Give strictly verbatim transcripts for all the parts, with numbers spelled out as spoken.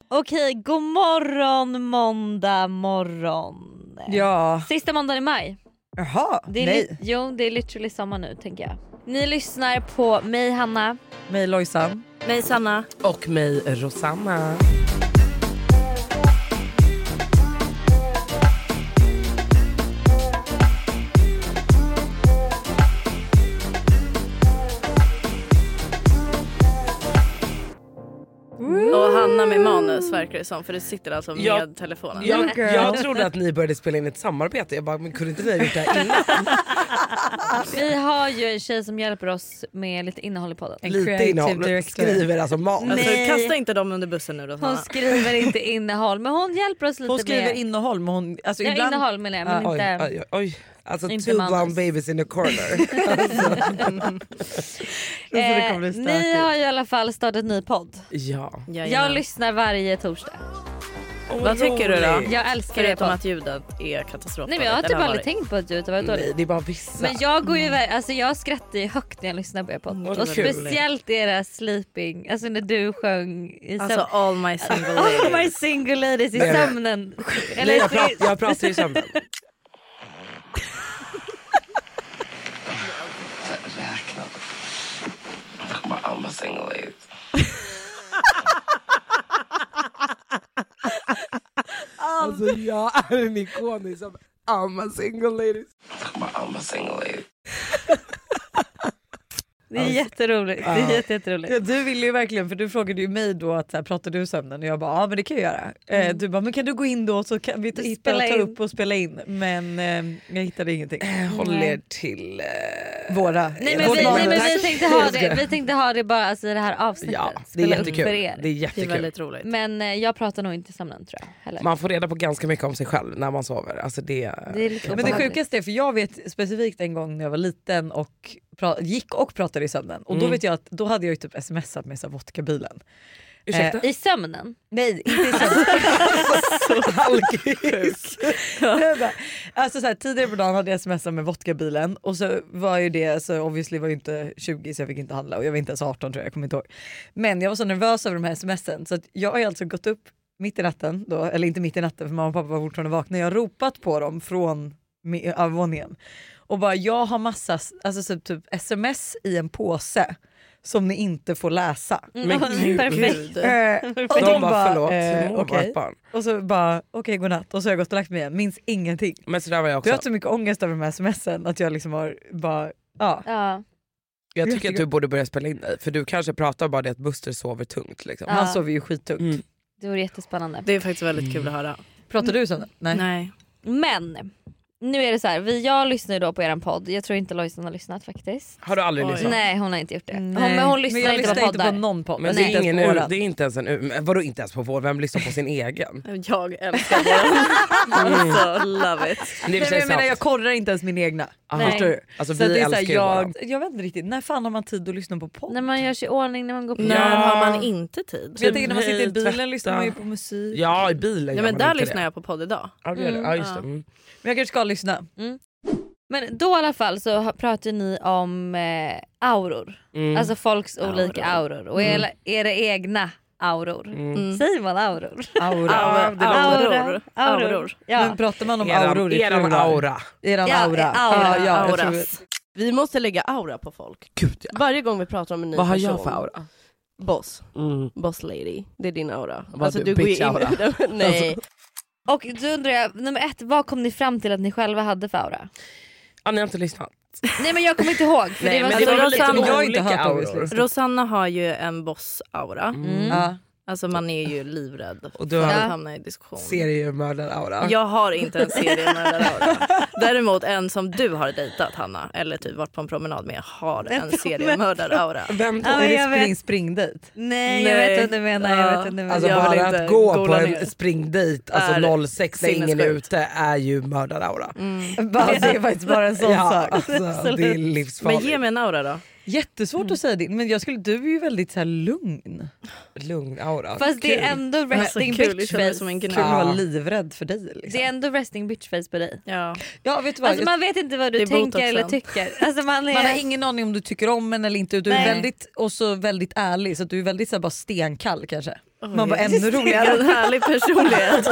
Okej, god morgon måndag morgon. Ja. Sista måndagen i maj. Jaha, det är nej. Li- jo, det är literally sommar nu tänker jag. Ni lyssnar på mig Hanna. Mig Lojsan. Mig Sanna. Och mig Rosanna. Och Hanna med manus verkar det som. För det sitter alltså med jag, telefonen. jag, jag trodde att ni började spela in ett samarbete. Jag bara, men kunde inte ni ha gjort det här innan? Vi har ju en tjej som hjälper oss med lite innehåll i podden. En Lite innehåll. director. Skriver alltså manus. Alltså, Nej. kasta inte dem under bussen nu då, Sanna. Hon skriver inte innehåll, men hon hjälper oss lite Hon skriver med... innehåll men hon, alltså ja, ibland... innehåll menar jag, men Oj, inte... oj, oj. Alltså Inte two manus. blonde babies in a corner. Eh, kommer bli ni stökigt. har ju i alla fall startat en ny podd. Ja. Jag lyssnar varje torsdag. Oh, Vad tycker du då? Jag älskar det Förutom podd. att ljudet är katastrof. Nej men jag har typ aldrig tänkt på att ljudet var dåligt. Nej, det är bara vissa. Men jag går ju iväg, alltså jag skrattar ju högt när jag lyssnar på er podd. Mm, Och vad kul. speciellt era sleeping, alltså när du sjöng i Alltså sömn. all my single All ladies. my single ladies i Nej, nej. sömnen. Nej, jag, pratar, jag pratar ju sömnen. I'm a single lady. Alltså jag är en ikon i som I'm a single lady. I'm a single lady. Det är jätteroligt. Det är jätte, jätteroligt. Ja, du ville ju verkligen, för du frågade ju mig då att så här, pratar du sömnen? Och jag bara, ja men det kan jag göra. Mm. Eh, du bara, men kan du gå in då så kan vi ta, hitta, Spela ta in. upp och spela in. Men eh, jag hittade ingenting. Håll Nej. er till eh, Våra. Nej men, Vårt vi, nej men vi manus. tänkte ha det, vi tänkte ha det bara alltså, i det här avsnittet. Ja, det är Spela upp jättekul. för Det er. är Det är jättekul. väldigt roligt. Men eh, jag pratar nog inte i sömnen tror jag heller. Man får reda på ganska mycket om sig själv när man sover. Alltså det, Det är lite Men det obehagligt. sjukaste är, för jag vet specifikt en gång när jag var liten och pra- gick och pratade i sömnen. Och då Mm. vet jag att då hade jag ju typ smsat med så här vodkabilen. ursäkta? I sömnen? Nej, inte i sömnen. Alkis. Jag bara, alltså så här, tidigare på dagen hade jag smsat med vodkabilen och så var ju det, så obviously var jag inte tjugo så jag fick inte handla och jag var inte ens arton tror jag, jag kommer inte ihåg. Men jag var så nervös över de här smsen så att jag har alltså gått upp mitt i natten då, eller inte mitt i natten för mamma och pappa var fortfarande vakna. Jag har ropat på dem från avvåningen och bara jag har massa alltså så typ sms i en påse som ni inte får läsa. Mm, Men gud. perfekt. Eh, och De bara förlåt, eh, må okej. vårt barn. Och så bara okej okay, godnatt och så har jag gått och lagt mig igen, minns ingenting. Men så där var jag Jag också. har haft så mycket ångest över de här smsen att jag liksom har bara, ja. Ja. Jag tycker att du borde börja spela in dig. För du kanske pratar bara det att Buster sover tungt liksom. Ja. Han sover ju skittungt. Mm. Det vore jättespännande. Det är faktiskt väldigt kul att höra. Pratar du sådär? Nej. Nej. Men nu är det så här, vi, jag lyssnar ju då på eran podd. Jag tror inte Lojsan har lyssnat faktiskt. Har du aldrig Oj. lyssnat? Nej hon har inte gjort det. Hon, Nej. men hon lyssnar men jag inte lyssnar på inte poddar. på någon podd. Men Alltså det är, inte ingen, ens på ur- våran. det är inte ens en ur- vadå inte ens på vår, vem lyssnar på sin egen? Jag älskar våran. Alltså love it. Men det är i Nej, och för men sig jag menar sant. jag korrar inte ens min egna. Aha. Förstår du? Alltså Så att vi det är så älskar här, ju våran. jag, jag vet inte riktigt, när fan har man tid att lyssna på podd? När man gör sig i ordning, när man går på När Ja. har man inte tid? Jag tänker när man sitter i Hej, bilen tvätta. lyssnar man ju på musik. Ja i bilen Ja, gör men man där inte lyssnar det. jag på podd idag. Ja, det gör det. Mm. Ja just det. Ja. Mm. Men jag kanske ska lyssna. Men då i alla fall så har- pratar ni om eh, auror. Mm. Alltså folks olika auror. Och era, era egna auror. Mm. Säger man auror? Aura. Ja, det låter- Auror. Auror. Auror. Ja. Men pratar man om Eran, auror i eran plural? aura. Eran Ja, aura. aura. Ja, ja, jag tror- Auras. Vi måste lägga aura på folk. Gud ja. Varje gång vi pratar om en ny Vad har person. jag för aura? Boss. Mm. Boss lady. Det är din aura. Vad du, går ju bitch aura. Nej. Och då undrar jag, nummer ett, vad kom ni fram till att ni själva hade för aura? Ja, ni har inte lyssnat. Nej men jag kommer inte ihåg. För Nej, det var men så det var Rosanna- lite jag har inte olika hört auror. obviously. Rosanna har ju en boss-aura. Mm. Ja. Alltså man är ju livrädd Och du för har att Ja. hamna i diskussion. seriemördar-aura. Jag har inte en seriemördare-aura. Däremot en som du har dejtat, Hanna, eller typ varit på en promenad med, har en seriemördare-aura. Vem Ja, Är men det jag vet. spring springdate? Nej jag Nej. vet vad du menar. Jag vet vad du menar. Alltså Jag vill bara inte att gå på googla en ner. springdejt, alltså Är noll sex är ingen sinnessjukt. ute, är ju mördaraura. Mm. Bara, det är faktiskt bara en sån Ja, sak. alltså, det är Men livsfarligt. ge mig en aura då. Jättesvårt att säga det, men jag skulle, du är ju väldigt så här lugn. Lugn aura. Fast det är ändå Alltså, resting kul, jag bitch känner mig face. som en Kul gnäll. att Ja. vara livrädd för dig. Liksom. Det är ändå resting bitch face på dig. Ja. Ja, vet du vad? Alltså man vet inte vad Det du är tänker botoxen. eller tycker. Alltså man, är... Man har ingen aning om du tycker om en eller inte. Du är Nej. väldigt, och så väldigt ärlig, så att du är väldigt så här, bara stenkall kanske. Man var ännu roligare. En härlig personlighet.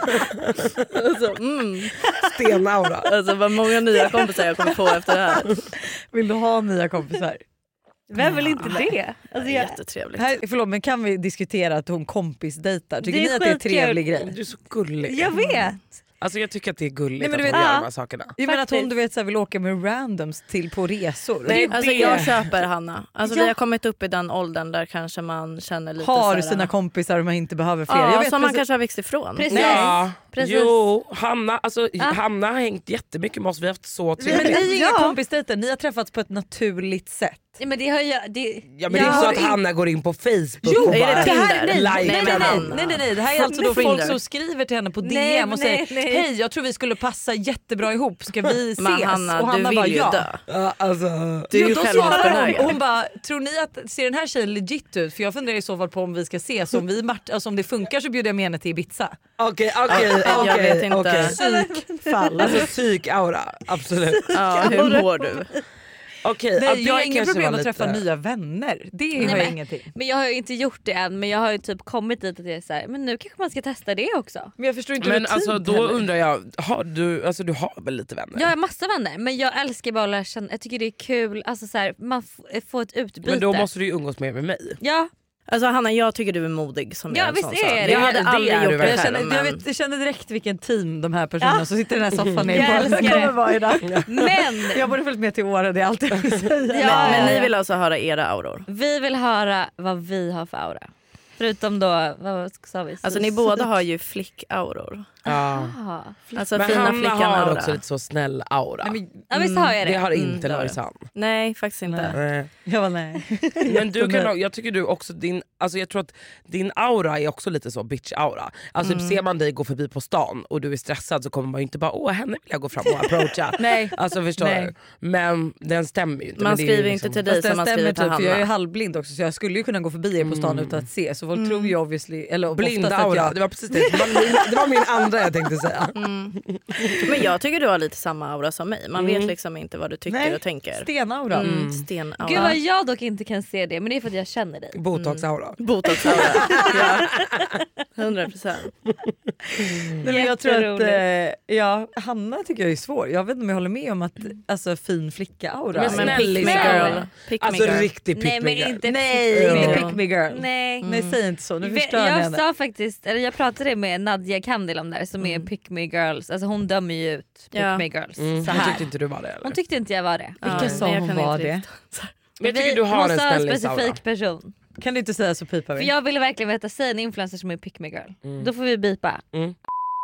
Alltså, mm. Stenaura. Alltså vad många nya kompisar jag kommer få efter det här. Vill du ha nya kompisar? Vem vill inte det? Alltså, jag... Jättetrevligt. Här, förlåt, men kan vi diskutera att hon kompisdejtar? Tycker Det är ni att det är en skitkul. trevlig grej? Du är så gullig. jag vet. Alltså jag tycker att det är gulligt Nej, men du att vet- hon gör Ja. de här sakerna. Jag menar att hon Faktiskt. du vet, så här, vill åka med randoms till på resor. Nej, Alltså det- jag köper Hanna. Alltså Ja. vi har kommit upp i den åldern där kanske man känner lite Har såhär, sina kompisar och man inte behöver fler. Ja, jag vet som man precis- kanske har växt ifrån. Precis. Ja, Precis. jo, Hanna, alltså, Ah. Hanna har hängt jättemycket med oss, vi har haft så Men trevligt. ni är inga Ja. kompisdejter, ni har träffats på ett naturligt sätt. Ja, men det har jag... Det... Ja, men det är Jag så har att in- Hanna går in på Facebook Jo, och är bara... det det här, Tinder? nej, Like. nej, Nej, nej, men nej, Hanna. nej, nej, nej. Det här är alltså då Tinder. folk som skriver till henne på D M Nej, och nej, säger nej. hej, jag tror vi skulle passa jättebra ihop, ska vi ses? Men Hanna, och Hanna du bara vill ju ja. dö. Ja, alltså, Du är Jo, ju då svarar hon, självmordsbenägen. och hon bara, tror ni att ser den här tjejen legit ut? För jag funderar i så fall på om vi ska ses, om, vi, mart- alltså, om det funkar så bjuder jag med henne till Ibiza. okej, okej, Jag okej, vet inte. okej. Psykfall. Alltså psykaura, absolut. Ja, hur mår du? Okej, ja, Nej, det jag har inga kanske problem var att träffa lite- nya vänner. Det Nej, har jag men- ingenting. Men jag har ju inte gjort det än, men jag har ju typ kommit dit att jag är så här, men nu kanske man ska testa det också. Men jag förstår inte Men rutin alltså då heller. undrar jag, har du, alltså, du har väl lite vänner? Jag har massa vänner, men jag älskar bara att lära känna, jag tycker det är kul, alltså så här, man f- får ett utbyte. Men då måste du ju umgås mer med mig. Ja, Alltså Hanna, jag tycker du är modig som Ja, gör en visst sån är sak. det. Jag hade Det aldrig är gjort du det jag, verkligen. själv. känner, jag, Men... vet, jag känner direkt vilken team de här personerna Ja. som sitter i den här soffan är. Jag Bara, älskar kommer det. vara idag. men Jag borde följt med till Åre, det är allt jag vill säga. Ja, Men ja, ni ja. vill alltså höra era auror? vi vill höra vad vi har för aura. Förutom då, vad sa vi? Alltså ni båda har ju flickauror. Ja. Ah, flick- Alltså Men fina Hanna har flickan-aura. också lite så snäll aura. Nej, men, Ja visst har jag det. Det har Mm, inte det har Lojsan. Nej, faktiskt inte. Nej. jag var nej. Men du kan, nog- jag tycker du också din, alltså jag tror att din aura är också lite så bitch aura. Alltså Mm. ser man dig gå förbi på stan och du är stressad så kommer man ju inte bara åh henne vill jag gå fram och approacha. Nej. Alltså förstår Nej. du? Men den stämmer ju inte. Man men det är ju skriver liksom- inte till dig Fast som den man stämmer skriver till typ, för jag är ju Hanna. halvblind också så jag skulle ju kunna gå förbi er på stan utan att se. Så folk tror ju obviously, eller Blind oftast att aura, jag... det var precis det. Det var, min, det var min andra jag tänkte säga. Men jag tycker du har lite samma aura som mig. Man Mm. vet liksom inte vad du tycker Nej, och tänker. stenaura. Mm, stenaura. Gud vad jag dock inte kan se det, men det är för att jag känner dig. Botox-aura. Botox-aura. Ja. hundra procent. Nej, men jag tror att eh, ja, Hanna tycker jag är svår. Jag vet inte om jag håller med om att alltså, fin flicka-aura. Men Men snäll, pick me snäll. girl. Pick me Alltså girl. riktig Nej men pick-me-girl. inte Nej, pick me inte girl. pick me girl. Nej. Nej, säg inte så. Nu Vet- förstör ni jag henne. sa faktiskt, eller jag pratade med Nadja Kandil om det här, som är pick me girls, alltså hon dömer ju ut pick Ja. me girls Mm, så hon här. tyckte inte du var det eller? Hon tyckte inte jag var det. Ja, Vilka sa nej, jag hon kan var inte det? riktigt. Men jag tycker Vi- du har hon en sa en snällis-aura. specifik person. Kan du inte säga så pipar För vi? jag ville verkligen veta, säg en influencer som är pick me girl. Mm. Då får vi bipa. Mm,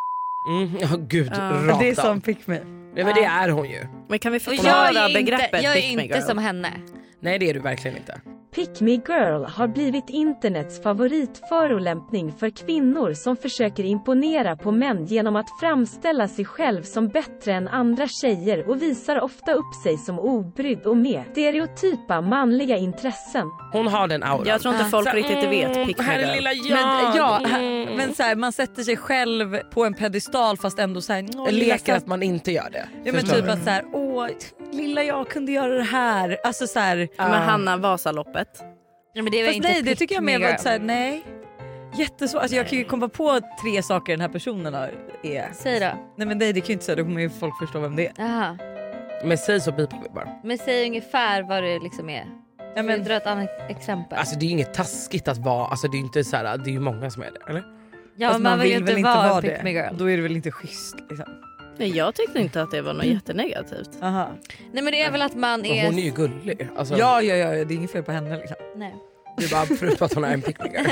ja gud, Ja. rakt Det är av. som pick me. Nej, men det är hon ju. Men kan vi Och jag förklara är inte, begreppet jag är pick me inte girl? som henne. Nej det är du verkligen inte. Pick Me Girl har blivit internets favoritförolämpning för kvinnor som försöker imponera på män genom att framställa sig själv som bättre än andra tjejer och visar ofta upp sig som obrydd och med stereotypa manliga intressen. Hon har den auran. Jag tror inte Ah. folk Så, riktigt vet mm, pick me här är girl. lilla jag. Men, ja, Mm. men så här, man sätter sig själv på en pedestal fast ändå så här, åh, lilla Leker satt- att man inte gör det. Ja men Förstår typ du? att så här, åh lilla jag kunde göra det här. Alltså så här, Men Hanna, Vasaloppet. Ja, men det var fast inte nej det pick tycker jag me mer var girl. att så här, nej. Jättesvårt. Alltså jag kan ju komma på tre saker den här personen har- är. Säg då. Nej men nej det kan ju inte säga, då kommer ju folk förstå vem det är. Aha. Men säg så bipar vi bara. Men säg ungefär vad det liksom är. Ja, Men men, dra ett annat exempel. Alltså det är ju inget taskigt att vara, alltså det är ju inte så här, det är ju många som är det, eller? ja, fast man vill ju inte vara en pick det. me girl. Då är det väl inte schysst liksom. Nej, jag tyckte inte att det var något jättenegativt. Aha. Nej men det är väl att man Men är... hon är ju gullig. Alltså, Ja, ja, ja, det är inget fel på henne liksom. Nej. Det är bara förutom att hon är en pick-me-girl.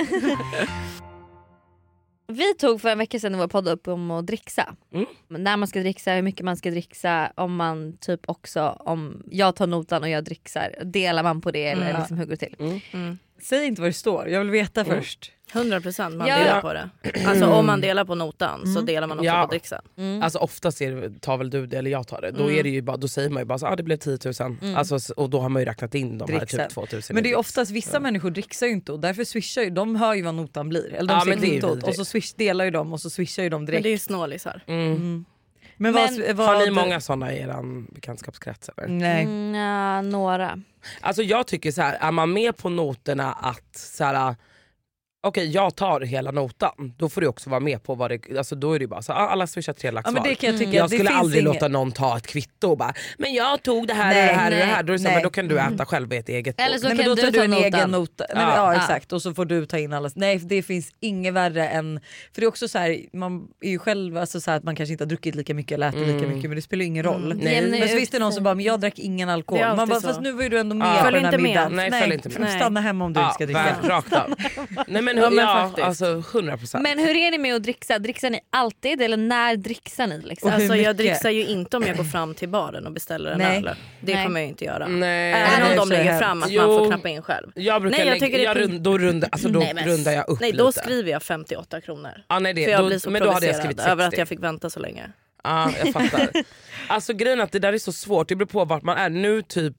Vi tog för en vecka sedan i vår podd upp om att dricksa. Mm. När man ska dricksa, hur mycket man ska dricksa, om man typ också, om jag tar notan och jag dricksar, delar man på det eller Mm. liksom hur går det till? Mm. Mm. Säg inte vad det står, jag vill veta Mm. först. hundra procent man Ja. delar på det. Alltså om man delar på notan så Mm. delar man också Ja. på dricksen. Mm. Alltså oftast är det, tar väl du det eller jag tar det. Då, Mm. är det ju bara, då säger man ju bara så, ah, det blev tio tusen. Mm. Alltså, s- och då har man ju räknat in de här Dricksen. typ två tusen. Men det är i dricks. oftast vissa Ja. människor dricksar ju inte och därför swishar ju, de hör ju vad notan blir. Eller de Ja, ser men det är ju kvittot vidrigt. och så swish, delar ju de och så swishar ju de Men direkt. det är ju snålisar. Mm. Mm. Men, Men vad, vad, Har ni många sådana i er bekantskapskrets eller? Nej. Mm, ja, några. Alltså jag tycker så här, är man med på noterna att så här, okej, okay, jag tar hela notan. Då får du också vara med på vad det... Alltså då är det bara så, alla swishar tre lax ja, men det kan jag tycka, mm. Jag det skulle aldrig inget... låta någon ta ett kvitto och bara, men jag tog det här nej, och det här nej, och det här. Då, är det så, men då kan du äta mm. själv i ett eget Eller så nej, kan men då tar du du en notan. egen nota. Nej, men, ja. ja exakt, och så får du ta in alla. Nej, det finns inget värre än, för det är också så här, man är ju själv alltså, så här, att man kanske inte har druckit lika mycket eller ätit mm. lika mycket, men det spelar ju ingen roll. Mm. Nej. Men så visst är det någon som bara, men jag drack ingen alkohol. Man bara, fast nu var ju du ändå med ja. på den här middagen. Nej, nej, inte med. nej. Stanna hemma om du ja, ska dricka. Rakt av. Nej men, ja, men ja, alltså hundra procent. Men hur är ni med att dricksa? Dricksar ni alltid eller när dricksar ni? Liksom? Alltså, jag dricksar ju inte om jag går fram till baren och beställer en nej. öl. Det nej. kommer jag inte göra. Nej. Även nej, om de lägger här. fram att jo. man får knappa in själv. Jag brukar nej, jag lägga, jag rund, då, runda, alltså, då nej, men, rundar jag upp nej, lite. Då skriver jag femtioåtta kronor. Ah, nej, det, för jag då, blir så men då hade jag skrivit provocerad över sextio. att jag fick vänta så länge. Ja, jag fattar. Alltså grejen är att det där är så svårt. Det beror på vart man är nu typ.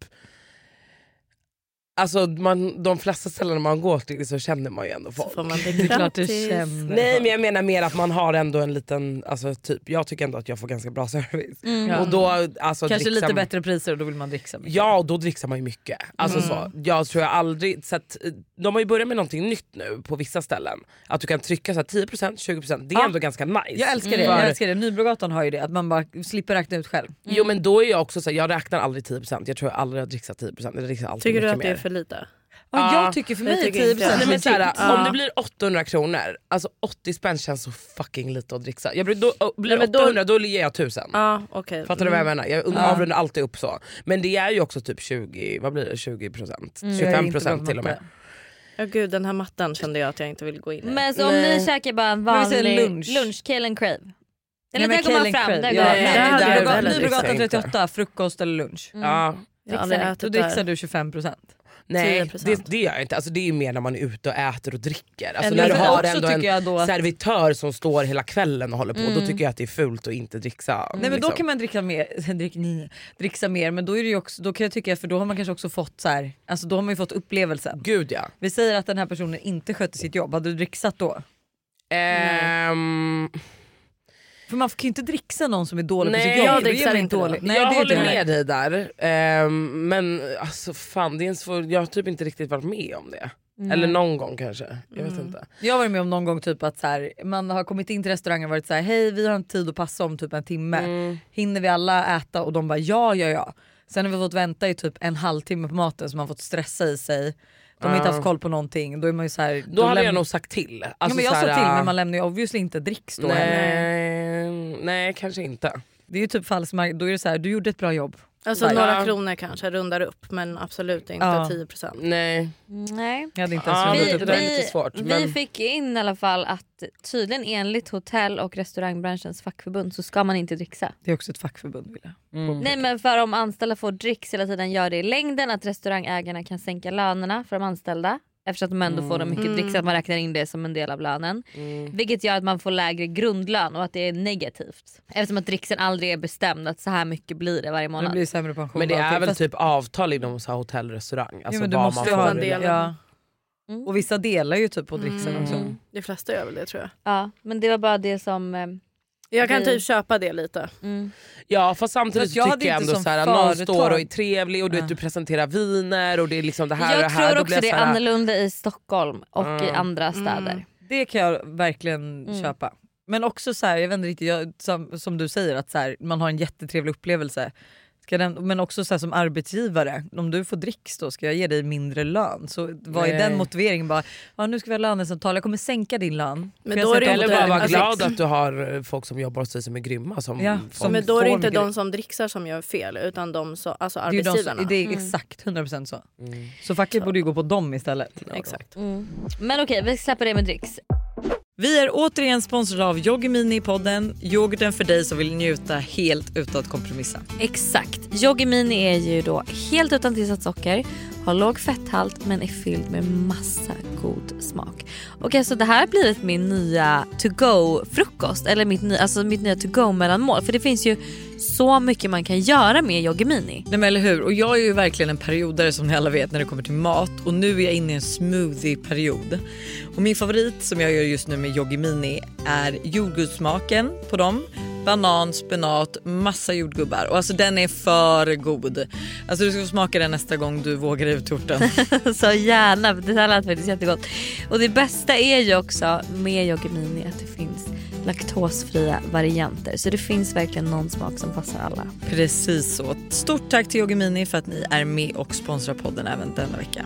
Alltså man, de flesta ställen man går till så känner man ju ändå folk. Så får man det det är klart du känner. Nej men jag menar mer att man har ändå en liten, alltså typ, jag tycker ändå att jag får ganska bra service. Mm. Och då, alltså, kanske dricksam, lite bättre priser och då vill man dricksa mycket. Ja, och då dricksar man ju mycket. Alltså Mm. så, jag tror jag aldrig så att, de har ju börjat med någonting nytt nu på vissa ställen. Att du kan trycka så här tio procent, tjugo procent. Det är Ja. ändå ganska nice. Jag älskar det, För- jag älskar det. Nybrogatan har ju det, att man bara slipper räkna ut själv. Jo men då är jag också så här, jag räknar aldrig tio procent. Jag tror jag aldrig har dricksat tio procent. Jag dricksar alltid Tycker du mycket att det är mer. för lite? Ja, Ja, jag tycker för det mig tycker tio inte jag. procent Nej, men såhär, Ja. om det blir åttahundra kronor, alltså åttio spänn känns så fucking lite att dricksa. Jag blir, då, blir Nej, det men då- åttahundra då ger jag tusen. Ja, okej. Fattar du vad jag menar? Jag avrundar alltid upp så. Men det är ju också typ tjugo, vad blir det? tjugo procent? Jag är tjugofem inte procent bra till och på med. matte. Ja, gud, den här mattan kände jag att jag inte vill gå in i. Men så om Nej. ni käkar bara en Men vi säger vanlig lunch. lunch, Kale and Crave. Nej, Eller men där går man Kale and fram. Crave. Där Ja, går nej, det nej, hade jag Nybrogatan- heller Nybrogatan dricksa inte. trettioåtta, frukost eller lunch. Ja. Jag har aldrig Exakt. Då ätit där. dricksar du tjugofem procent. Nej, tio procent. det, det gör jag inte. Alltså, det är ju mer när man är ute och äter och dricker. Alltså, Eller när du för har också ändå tycker jag då en att- servitör som står hela kvällen och håller på, då tycker jag att det är fult att inte dricksa. Nej men då liksom. kan man dricka mer, drick, ni, dricksa mer, men då är det ju också, då kan jag tycka, för då har man kanske också fått så här, alltså då har man ju fått upplevelsen. Gud ja. Vi säger att den här personen inte skötte sitt jobb, hade du dricksat då? Ehm, För man kan ju inte dricksa någon som är dålig Nej, på sitt jobb. jag Då är dricksar man inte då. dålig. Nej, jag det är håller inte med dig där. Ehm, men alltså fan, det är en svår, jag har typ inte riktigt varit med om det. Eller någon gång kanske. Jag vet inte. Jag har varit med om någon gång typ att så här, man har kommit in till restaurangen och varit så här: hej vi har en tid att passa om typ en timme. Mm. Hinner vi alla äta? Och de bara ja ja ja. Sen har vi fått vänta i typ en halvtimme på maten så man har fått stressa i sig. De har inte Ja. haft koll på någonting. Då är man ju så här, Då hade läm- jag nog sagt till. ja, Alltså, men jag så sa här, till men man lämnar ju obviously inte dricks då heller. Nej, nej kanske inte. Det är ju typ falskmark- då är det så här, du gjorde ett bra jobb. Alltså Ja. några kronor kanske rundar upp, men absolut inte Ja. tio procent. Nej. Nej. Jag hade inte Ja, ens Vi, rundat det upp där är det. lite svårt, vi men- fick in i alla fall att tydligen enligt hotell- och restaurangbranschens fackförbund så ska man inte dricksa. Det är också ett fackförbund vill jag. Mm. Nej men för om anställda får dricks hela tiden gör det i längden att restaurangägarna kan sänka lönerna för de anställda. Eftersom att de ändå får mycket Mm. dricks, att man räknar in det som en del av lönen. Mm. Vilket gör att man får lägre grundlön och att det är negativt. Eftersom att dricksen aldrig är bestämd att så här mycket blir det varje Det månad. blir sämre pension. Men det och är allting. väl Fast- typ avtal inom så här hotell och restaurang. Alltså ja, men du vad måste man ju får. ha en det. del. Ja. Mm. Och vissa delar ju typ på dricksen Mm. också. De flesta gör väl det, tror jag. Ja, men det var bara det som... eh, Jag kan Vi- typ köpa det lite. Mm. Ja fast samtidigt Fast jag hade tycker jag inte ändå som så här, någon företag- står och är trevlig och du, vet, Ja. du presenterar viner och det är liksom det här och Jag det här. tror Då också blir det jag är så här, annorlunda i Stockholm och i Mm. andra städer. Det kan jag verkligen Mm. köpa. Men också så här, jag vet inte riktigt, jag, som, som du säger att så här, man har en jättetrevlig upplevelse. Ska den, men också så här, som arbetsgivare, om du får dricks då ska jag ge dig mindre lön. Så vad är Nej. den motiveringen? Bara, ja, nu ska vi ha lönesamtal, jag kommer sänka din lön. Men Får jag då är sätta det upp Eller inte- bara vara alltså- glad att du har eh, folk som jobbar hos dig som är grymma. Som, Ja, som, som- Men då är det får inte mycket- de som dricksar som gör fel, utan de så, alltså Det är, ju de arbetsgivarna. som, det är Mm. exakt hundra procent så. Mm. Så facket borde ju gå på dem istället. Exakt. Mm. Men okej, vi släpper det med dricks. Vi är återigen sponsrade av Yogimini i podden. Yoghurten för dig som vill njuta helt utan att kompromissa. Exakt. Yogimini är ju då helt utan tillsatt socker, har låg fetthalt men är fylld med massa god smak. Och alltså det här har blivit min nya to-go-frukost, eller mitt, ny, alltså mitt nya to-go-mellanmål. För det finns ju så mycket man kan göra med Yogimini. Nej men eller hur, och jag är ju verkligen en periodare som ni alla vet när det kommer till mat. Och nu är jag inne i en smoothie-period. Och min favorit som jag gör just nu med Yogimini är jordgubbssmaken på dem. banan, spenat, massa jordgubbar. Och alltså den är för god. Alltså du ska få smaka den nästa gång du vågar ut torten. Så gärna, det här lät faktiskt jättegott. Och det bästa är ju också med Yoggi Mini att det finns laktosfria varianter. Så det finns verkligen någon smak som passar alla. Precis så. Stort tack till Yoggi Mini för att ni är med och sponsrar podden även denna vecka.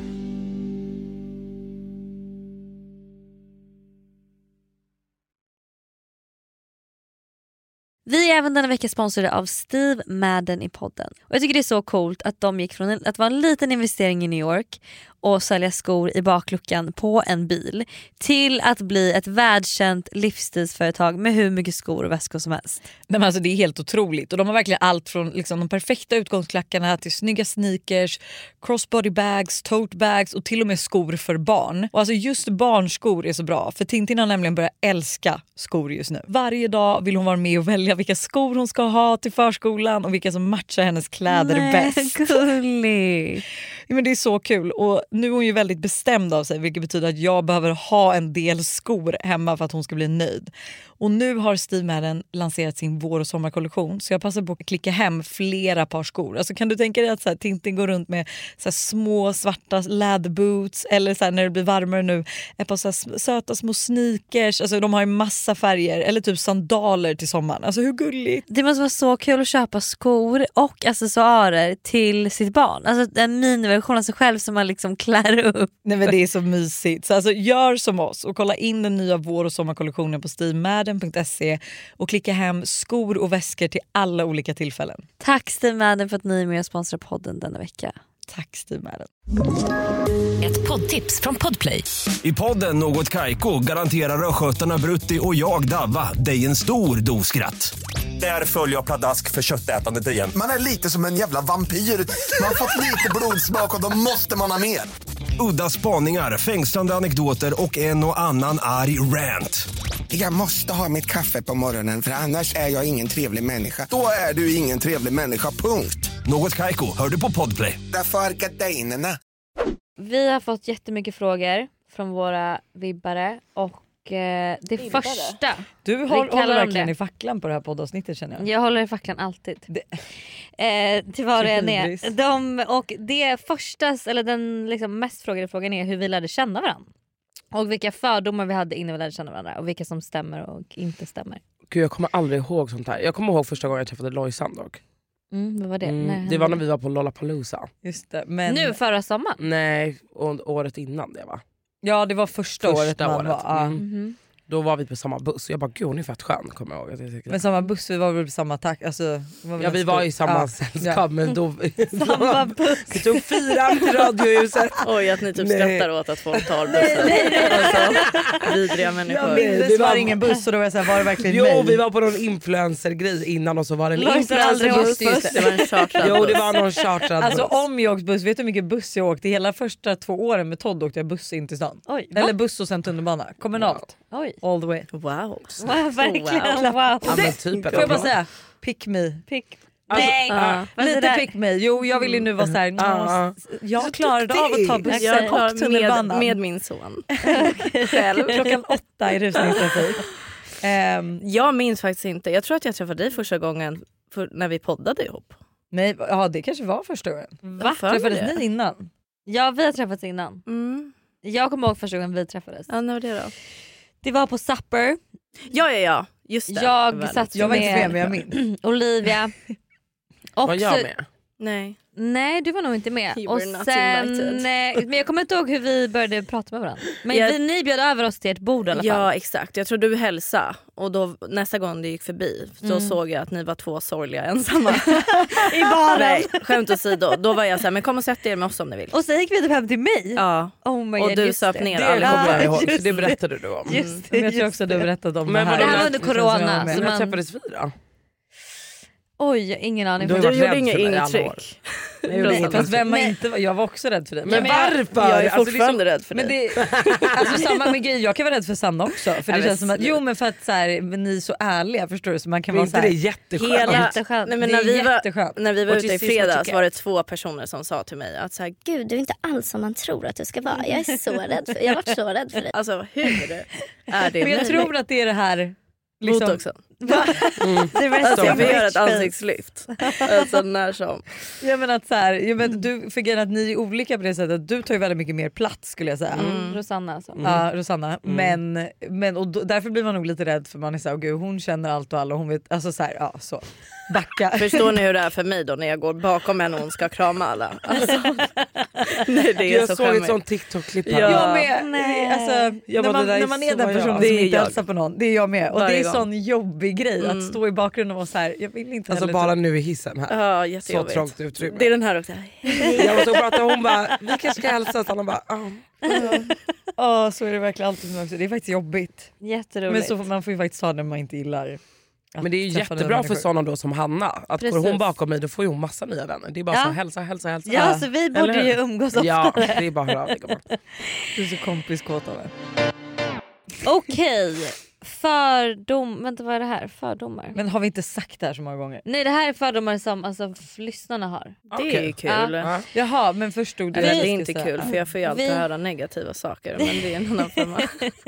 Vi är även denna vecka sponsrade av Steve Madden i podden. Och jag tycker det är så coolt att de gick från att vara en liten investering i New York och sälja skor i bakluckan på en bil till att bli ett världskänt livsstilsföretag med hur mycket skor och väskor som helst. Nej, men alltså det är helt otroligt och de har verkligen allt från liksom de perfekta utgångsklackarna till snygga sneakers, crossbody bags, tote bags och till och med skor för barn. Och alltså just barnskor är så bra för Tintin har nämligen börjat älska skor just nu. Varje dag vill hon vara med och välja vilka skor hon ska ha till förskolan och vilka som matchar hennes kläder Nej, bäst. Gulligt. Ja, men det är så kul och nu är hon ju väldigt bestämd av sig vilket betyder att jag behöver ha en del skor hemma för att hon ska bli nöjd. Och nu har Steve Madden lanserat sin vår- och sommarkollektion så jag passar på att klicka hem flera par skor. Alltså kan du tänka dig att så här, Tintin går runt med så här, små svarta läderboots eller så här, när det blir varmare nu ett par så här, söta små sneakers. Alltså de har ju massa färger eller typ sandaler till sommaren. Alltså hur gulligt? Det måste vara så kul att köpa skor och accessoarer till sitt barn. Alltså en miniversion av sig själv som man liksom klär upp. Nej men det är så mysigt. Så alltså gör som oss och kolla in den nya vår- och sommarkollektionen på steve madden punkt se och klicka hem skor och väskor till alla olika tillfällen. Tack Steve Madden för att ni är med och sponsrar podden denna vecka. Tack Steve Madden. Ett poddtips från Podplay. I podden Något Kaiko garanterar östgötarna Brutti och jag Davva dig en stor dos skratt. Där följer jag pladask för köttätandet igen. Man är lite som en jävla vampyr. Man har fått lite blodsmak och då måste man ha mer. Udda spaningar, fängslande anekdoter och en och annan arg rant. Jag måste ha mitt kaffe på morgonen för annars är jag ingen trevlig människa. Då är du ingen trevlig människa, punkt. Något Kaiko, hör du på Podplay. Därför är gardinerna. Vi har fått jättemycket frågor från våra vibbare och eh, det Vibbare? första. Du Vi håller, kallar håller dem verkligen det. i facklan på det här poddavsnittet känner jag. Jag håller i facklan alltid. Det- Eh, till vad det än Hybris. är. De, och det första, eller den liksom mest frågade frågan är hur vi lärde känna varandra. Och vilka fördomar vi hade innan vi lärde känna varandra. Och vilka som stämmer och inte stämmer. Gud, jag kommer aldrig ihåg sånt här. Jag kommer ihåg första gången jag träffade Lojsan dock. Mm, vad var det? Mm, Nej, det var när vi var på Lollapalooza. Just det, men Nu förra sommaren. Nej, och året innan det va? ja, det var första, Första året man året. var. Ja. Mm. Mhm. Då var vi på samma buss och jag bara gud hon är fett skön kommer jag ihåg. Att jag tyckte. Men samma buss, vi var väl på samma takt. Alltså, det var väl Ja en vi stor- var i samma ja. sällskap Ja. men då Samma buss. vi tog fyran till Radiohuset. Oj, att ni typ Nej. skrattar åt att folk tar bussen. Alltså, vidriga människor. Jag minns, det det var var- ingen buss och då var jag såhär, var det verkligen Jo mig? vi var på någon influencer-grej innan och så var det en Lojsan har aldrig influencerbuss. åkt Just det, det var en chartrad Jo det buss. var någon chartrad Alltså buss. om jag åkt buss, vet du hur mycket buss jag åkte? Hela första två åren med Todd åkte jag buss in till stan. Oj, va? Eller buss och sen tunnelbana. Kommunalt. Oj. All the way. Wow. Wow, verkligen. Wow. Wow. Ja, men typ Får jag bara säga, pick me. Pick. Alltså, Nej. ja. Vad är det Lite där? pick me. Jo jag vill ju nu vara såhär, Ja. jag klarade av att ta bussen Jag tar och tunnelbanan. med, med min son. Själv. Klockan åtta i rusningstrafik. Ehm, Jag minns faktiskt inte. Jag tror att jag träffade dig första gången för, när vi poddade ihop. nej, ja det kanske var första gången. Va? För mig Träffades det. ni innan? Ja, vi har träffats innan. Mm. Jag kommer ihåg första gången vi träffades. Ja, när var det då? Det var på Supper. Ja, ja, ja. Just det. Jag Det var satt det. Jag var inte med- med men jag minns. Olivia. Och var jag så- med? Nej. Nej, du var nog inte med. You Och were not sen, invited. eh, men jag kommer inte ihåg hur vi började prata med varandra. Men Jag- vi, ni bjöd över oss till ett bord i alla fall. Ja, exakt. Jag tror du hälsa och då nästa gång du gick förbi så Mm. såg jag att ni var två sorgliga ensamma. I baren. Nej, skämt åsido. Då var jag så här, men kom och sätt er med oss om ni vill. Och sen gick vi typ hem till mig. Ja. Oh my Och God, du just söp det. ner Det alla. kommer jag ihåg just för det det. berättade du om. Just det, Men jag tror just också att du berättade om Men det här. vadå, Det här var när- under corona, Det känns som jag var med. så När man- träffades vi då? Oj, ingen aning. Du har Du varit gjorde rädd inget för mig i alla år. intryck. Jag gjorde inget, fast vem var Men- inte, jag var också rädd för dig. Men men jag- varför? Jag är Alltså, det fortfarande rädd för Men dig. det, alltså samma med grejer, jag kan vara rädd för Sanna också. För det men känns som att, sluta. jo men för att så här, men ni är så ärliga förstår du så man kan så, vara är så inte här, det jätteskönt? Hela, Jätteskönt. nej, men det när, är vi var, jätteskönt. när vi var What ute you i see is what you fredags get. var det två personer som sa till mig att så här, Gud, du är inte alls som man tror att du ska vara. Jag är så rädd för, jag har varit så rädd för dig. alltså hur är det Men jag möjligt? tror att det är det här liksom, Botoxen. Mm. Det är Alltså, vi gör ett bitchface. ansiktslyft. Alltså när som. Ja, men att så här, ja, men du fick att ni är olika på det sättet att du tar ju väldigt mycket mer plats skulle jag säga. Mm. Rosanna alltså. Mm. Ja, Rosanna. Mm. Men, men och då, därför blir man nog lite rädd för man är såhär, gud hon känner allt och alla och hon vet, alltså så här, ja så. Backa. Förstår ni hur det är för mig då när jag går bakom henne och hon ska krama alla? Alltså, nej, det är jag så såg ett skämmigt. sånt TikTok-klipp. Ja. Jag med. Nej. Alltså, Jag när, bara, man, det där när man är är den så personen jag. som Det är inte jag. hälsar på någon. Det är jag med. Och Varje det är gång. sån jobbig grej Mm. att stå i bakgrunden och vara så här. Jag vill inte Alltså heller bara ta- nu i hissen här. Ja, Så jättejobbigt. trångt utrymme. Det är den här också. Jag måste prata och hon bara, vi kanske ska hälsa. Så han bara, ah. Ja, så är det verkligen alltid med också. Det är faktiskt jobbigt. Jätteroligt. Men så, man får ju faktiskt ta det man inte gillar. att Men det är ju träffa nya jättebra för människor. sådana då som Hanna. Att går Precis. hon bakom mig då får ju hon massa nya vänner. Det är bara Ja. så hälsa, hälsa, hälsa. Ja, så vi borde Eller hur? ju umgås oftare. Ja, det är bara att höra av dig, gumman. Du är så kompiskåt av det. Okej, fördom... Vänta, vad är det här? Fördomar? Men har vi inte sagt det här så många gånger? Nej, det här är fördomar som alltså, f- lyssnarna har. Det är ju kul. Ja. Jaha, men förstod du? Eller att det är jag inte ska kul säga? för jag får ju alltid Vi- höra negativa saker. Men det är en annan femma.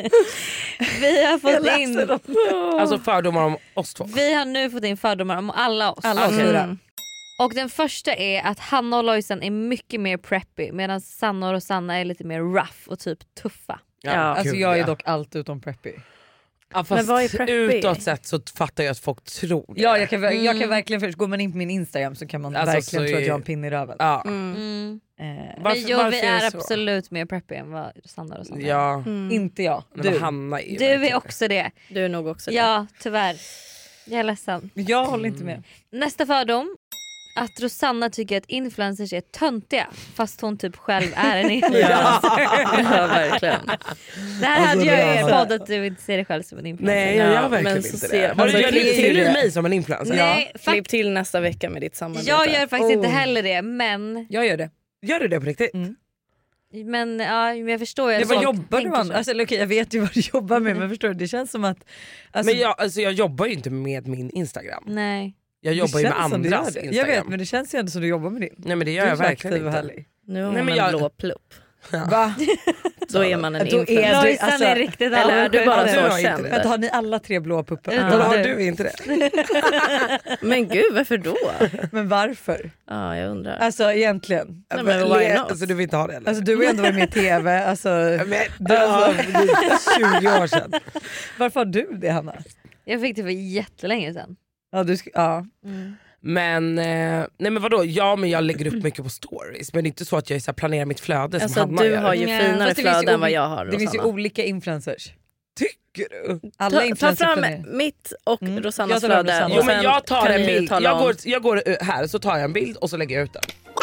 Vi har Jag fått läser in... dem. Alltså fördomar om oss två. Vi har nu fått in fördomar om alla oss. Alla oss Mm. fyra. Och den första är att Hanna och Lojsan är mycket mer preppy medan Sanna och Rosanna är lite mer rough och typ tuffa. Ja, Alltså gud, jag är ja. dock allt utom preppy. Ja, fast Men vad är preppy? utåt sett så fattar jag att folk tror det. Ja, jag kan, jag kan verkligen, först går man in på min Instagram så kan man Alltså, verkligen så tro att är- jag har en pinne i röven. Ja. Mm. Eh, Men Varför- jo, varför vi är det är så? absolut mer preppy än vad Sanna och Rosanna är. Ja. Mm. Inte jag. Men vad Du. Hanna är ju Du är verkligen- också det. Du är nog också det. Ja, tyvärr. Jag är ledsen. Jag håller inte med. Nästa fördom. Att Rosanna tycker att influencers är töntiga fast hon typ själv är en influencer. Ja, verkligen. Det här Alltså, hade jag det i är er alltså- podd att du inte ser dig själv som en influencer. Nej jag gör Ja, verkligen men så inte ser- det. Har alltså, du gör klipp du till till det. mig som en influencer? Nej, Klipp fakt- till nästa vecka med ditt samarbete. jag gör faktiskt inte Oh. heller det men, Jag gör det. Gör du det på riktigt? Mm. men, ja, men jag förstår ju Ja, att vad folk jobbar du tänker med? så. Alltså, eller, okej, jag vet ju vad du jobbar med men förstår du, det känns som att... Alltså, Men jag, alltså, jag jobbar ju inte med min Instagram. Nej. Jag det jobbar ju med känns som du andras gör det. Instagram. Jag vet men det känns ju ändå som du jobbar med din. Nej men det Du gör är jag så verkligen aktiv och inte. härlig. Nu har Nej, hon men en jag- blå plupp. Va? Då är man en Då är influencer. du- Lojsan alltså- är riktigt Eller är du bara avundsjuk. Du har så inte känd? det. Vänta, har ni alla tre blå puppar? Ja. Vadå, har Du. du inte det? Men gud, varför då? Men varför? Ja, jag undrar. Alltså egentligen. Nej, men why Le- not? Alltså du vill inte ha det eller? Alltså du har ju ändå varit med i tv. Alltså, men, du, alltså, tjugo år sedan. varför har du det Hanna? Jag fick det för jättelänge sedan. Ja, du sk- ja. Men, eh, nej men vadå, ja men jag lägger upp mycket på stories. Men det är inte så att jag så här, planerar mitt flöde Alltså, som Hanna du gör. har ju Nej, finare fast det finns ju flöde än vad oli- jag har. Det finns ju Rosanna. olika influencers. Tycker du? Alla Ta, ta influencers fram planerar. mitt och Mm. Rosannas Jag tar fram flöde. Rosanna. och Jo men sen jag tar kan en ni bild, tala jag om- går, jag går eh, här så tar jag en bild och så lägger jag ut den.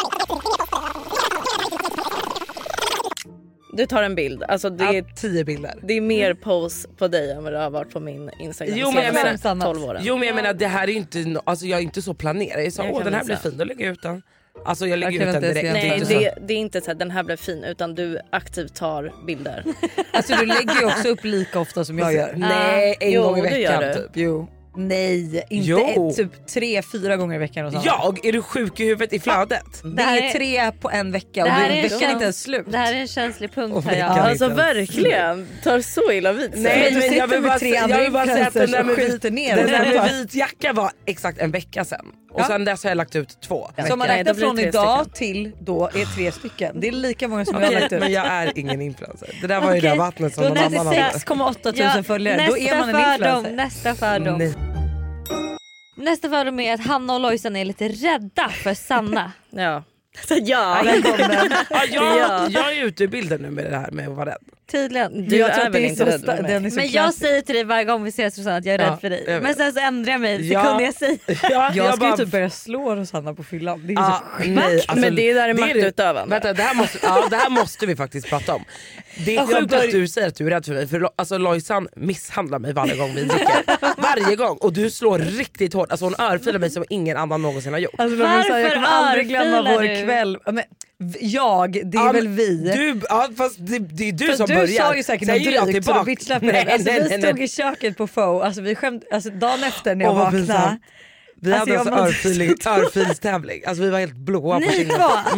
Du tar en bild. Alltså, det, Ja, är, tio bilder. det är mer pose på dig än vad det har varit på min Instagram. Jo, men jag senaste menar- tolv åren. Jo men jag menar det här är ju inte, no- alltså jag är inte så planerad. Jag sa Jag åh kan den här visa. blir fin, då lägger jag ut den. Alltså jag lägger Jag kan ut den inte direkt. se. Det är Nej, inte så. det, det är inte så att den här blev fin utan du aktivt tar bilder. Alltså du lägger ju också upp lika ofta som jag gör. Nej, en Jo, gång i det gör veckan du. typ. Jo. Nej, inte Jo. ett, typ tre, fyra gånger i veckan. Och sånt. Jag? Är du sjuk i huvudet i flödet? Det Det här är är- tre på en vecka Det och här det, är veckan är en inte ens slut. Det här är en känslig punkt. Och Här, veckan ja. är- Alltså inte ens verkligen, tar så illa vid sig. Nej, du sitter jag vill med bara, tre jag andra vill bara säga att den där med influencers och vit, skjuter ner den det. där med vit jacka var exakt en vecka sedan. Och Ja. sen dess har jag lagt ut två. Så om man Nej, räknar då blir det från tre idag stycken. till då är tre stycken. Det är lika många som jag har Okej, lagt ut. men jag är ingen influencer. Det där var ju Okej, det vattnet som då någon nästa- annan hade. sex komma åtta tusen Ja, följare. Då är man en nästa influencer. fördom, nästa fördom. Nej. Nästa fördom är att Hanna och Lojsan är lite rädda för Sanna. Ja. Så ja. Där kom den. Ja, jag, Ja. jag är ute i bilden nu med det här med att vara rädd. Tydligen. Du Jag är tror att väl det är inte så rädd för sta- mig? den är så Men jag klassisk. säger till dig varje gång vi ses Rosanna att jag är Ja, rädd för dig. jag vet. Men sen så ändrar jag mig Ja. sekund jag säger. Ja, Jag ska bara- ju typ börja slå Rosanna på fyllan. Det är Ja, så nej, alltså, Men det är där det är det maktutövande. Vänta, det här, måste, ja, det här måste vi faktiskt prata om. Det är Alltså, sjukt bör- att du säger att du är rädd för mig, för Lo- alltså, Lojsan misshandlar mig varje gång vi dricker. Varje gång, och du slår riktigt hårt. Alltså, hon örfilar mig som ingen annan någonsin har gjort. Alltså, men så här, jag Varför kommer aldrig glömma örfilar vår du? kväll. Ja, men, v- jag, det är Ja, väl men vi. Du, ja, fast det, det är du Fast som du börjar. sa ju säkert något Säger jag drygt så tillbaka? du bitchlade på Nej, det. Alltså, nej, vi nej, stod nej. i köket på Fo, alltså, vi skämt, alltså, dagen efter när jag Åh, vad vaknade. pinsamt. Vi Alltså, hade jag alltså mådde örfiling, örfilstävling. Alltså vi var helt blåa på Ni kinderna. två? Mm.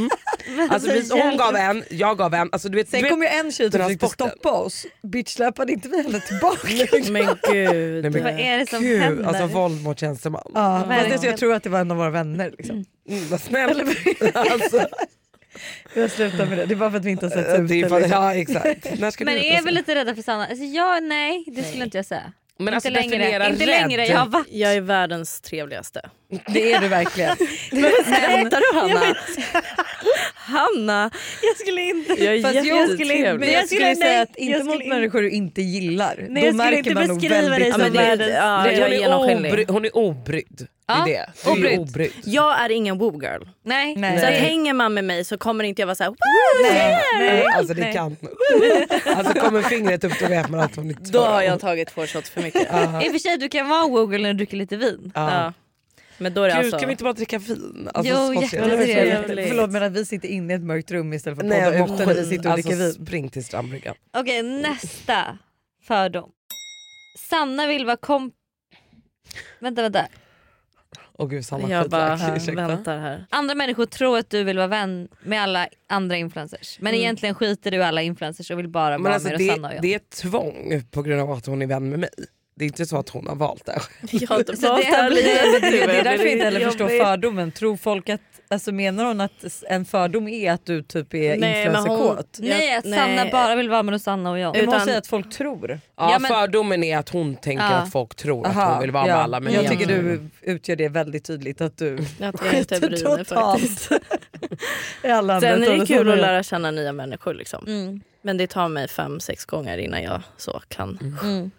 Alltså vi, hon gav en, jag gav en. Alltså, du vet, Sen du vet, kom ju en tjej som försökte sporten. stoppa oss. Bitch släpade inte vi henne tillbaka. Men gud. Nej, men, Vad är det som gud, händer? alltså våld mot tjänsteman. Ja, fast verkligen. det, jag tror att det var en av våra vänner. Liksom. Mm, vad snäll. alltså, Jag slutar med det. Det är bara för att vi inte har sett ut det är det, för, liksom. ja exakt. När ska Men du ut är och väl så? lite rädda för Sanna? Alltså, ja, nej det skulle inte jag säga. Men Inte alltså längre, definiera inte rädd. längre. Jag har varit. Jag är världens trevligaste. Det är du verkligen. Väntar du Hanna? Hanna, Jag skulle inte. jag är Fast jag skulle, jättetrevlig. men jag skulle nej, säga att jag inte skulle mot inte- människor du inte gillar. Nej, Då jag skulle märker inte man nog beskriva dig väldigt som Ja, men det, världens- ja, Nej, jag hon, är är genomskinlig. obry, hon är obrydd. Ja, Det är det. Du är obrydd. obrydd. Jag är ingen woo-girl. Nej. Nej. Så att Nej. hänger man med mig så kommer inte jag vara så här. Nej, nej. Alltså det är Nej. kant nu. Alltså kommer fingret upp då vet man att hon är Då har jag tagit två shots för mycket. Ja. I och för sig du kan vara Google när du dricker lite vin. Ja. Ja. Men då är det Gud, alltså... kan vi inte bara dricka vin? Alltså, Jo, så måste jag- jättetrevligt. trevligt. Förlåt men att vi sitter inne i ett mörkt rum istället för att Nej, podda jag ute när vi sitter och alltså, dricker vin. spring till strandbryggan. Okej, nästa fördom. Sanna vill vara komp... Vänta, vänta. Åh gud, Sanna Jag bara skitlack. Ursäkta. väntar här. Andra människor tror att du vill vara vän med alla andra influencers. Men Mm. egentligen skiter du i alla influencers och vill bara Men vara alltså, med det, Sanna och jag. det är ett tvång på grund av att hon är vän med mig. Det är inte så att hon har valt det. Jag har inte Så valt det det här har livet. Det, det är därför jag inte heller Jobbigt. förstår fördomen. Tror folk att, alltså menar hon att en fördom är att du typ är Nej, men hon- influencerkåt? Nej, att Nej. Sanna bara vill vara med Rosanna och jag. Jag måste Utan- säga att folk tror. Ja, Ja, men- fördomen är att hon tänker Ja. att folk tror Aha, att hon vill vara med ja. alla. Men jag egentligen- tycker du utgör det väldigt tydligt att du Att jag inte bryr mig faktiskt. i alla andra Sen är det talar kul som att jag. lära känna nya människor liksom. Mm. Men det tar mig fem, sex gånger innan jag så kan. Mm.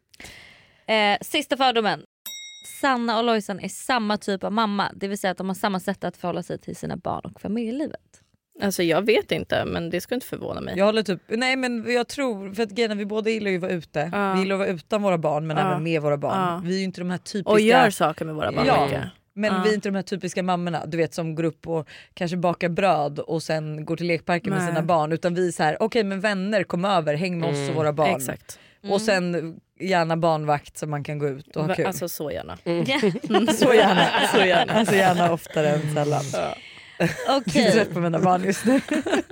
Eh, sista fördomen. Sanna och Lojsan är samma typ av mamma. Det vill säga att de har samma sätt att förhålla sig till sina barn och familjelivet. Alltså jag vet inte men det skulle inte förvåna mig. Jag håller typ, nej men jag tror, för att grejen är, vi båda gillar ju att vara ute. Ja. Vi gillar att vara utan våra barn men Ja. även med våra barn. Ja. Vi är ju inte de här typiska... Och gör saker med våra barn Ja. mycket. Men Ja. vi är inte de här typiska mammorna du vet som går upp och kanske bakar bröd och sen går till lekparken med Nej. sina barn. Utan vi är så här, okej men vänner kom över, häng med oss Mm. och våra barn. Exakt. Och sen gärna barnvakt så man kan gå ut och ha kul. Alltså så gärna. så gärna. Så gärna. Alltså gärna oftare än sällan. Jag är Okej, trött på mina barn just nu.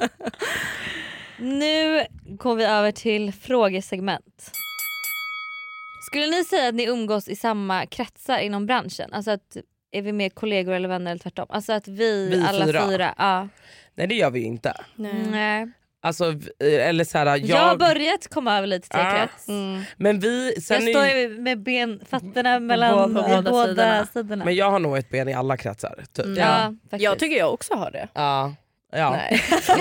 nu går vi över till frågesegment. Skulle ni säga att ni umgås i samma kretsar inom branschen? Alltså att är vi mer kollegor eller vänner eller tvärtom? Alltså att vi, Vi alla fyra. fyra. Ja. Nej det gör vi ju inte. Nej. Nej. Alltså, v- eller så här, jag... Jag har börjat komma över lite till Ja. krets. Mm. Men vi... Sen Jag är står ju- ju med ben, fötterna mellan båda båda, båda sidorna. sidorna. Men jag har nog ett ben i alla kretsar. Typ. Mm. Ja, faktiskt. Jag tycker jag också har det. Ja. Ja. Nej.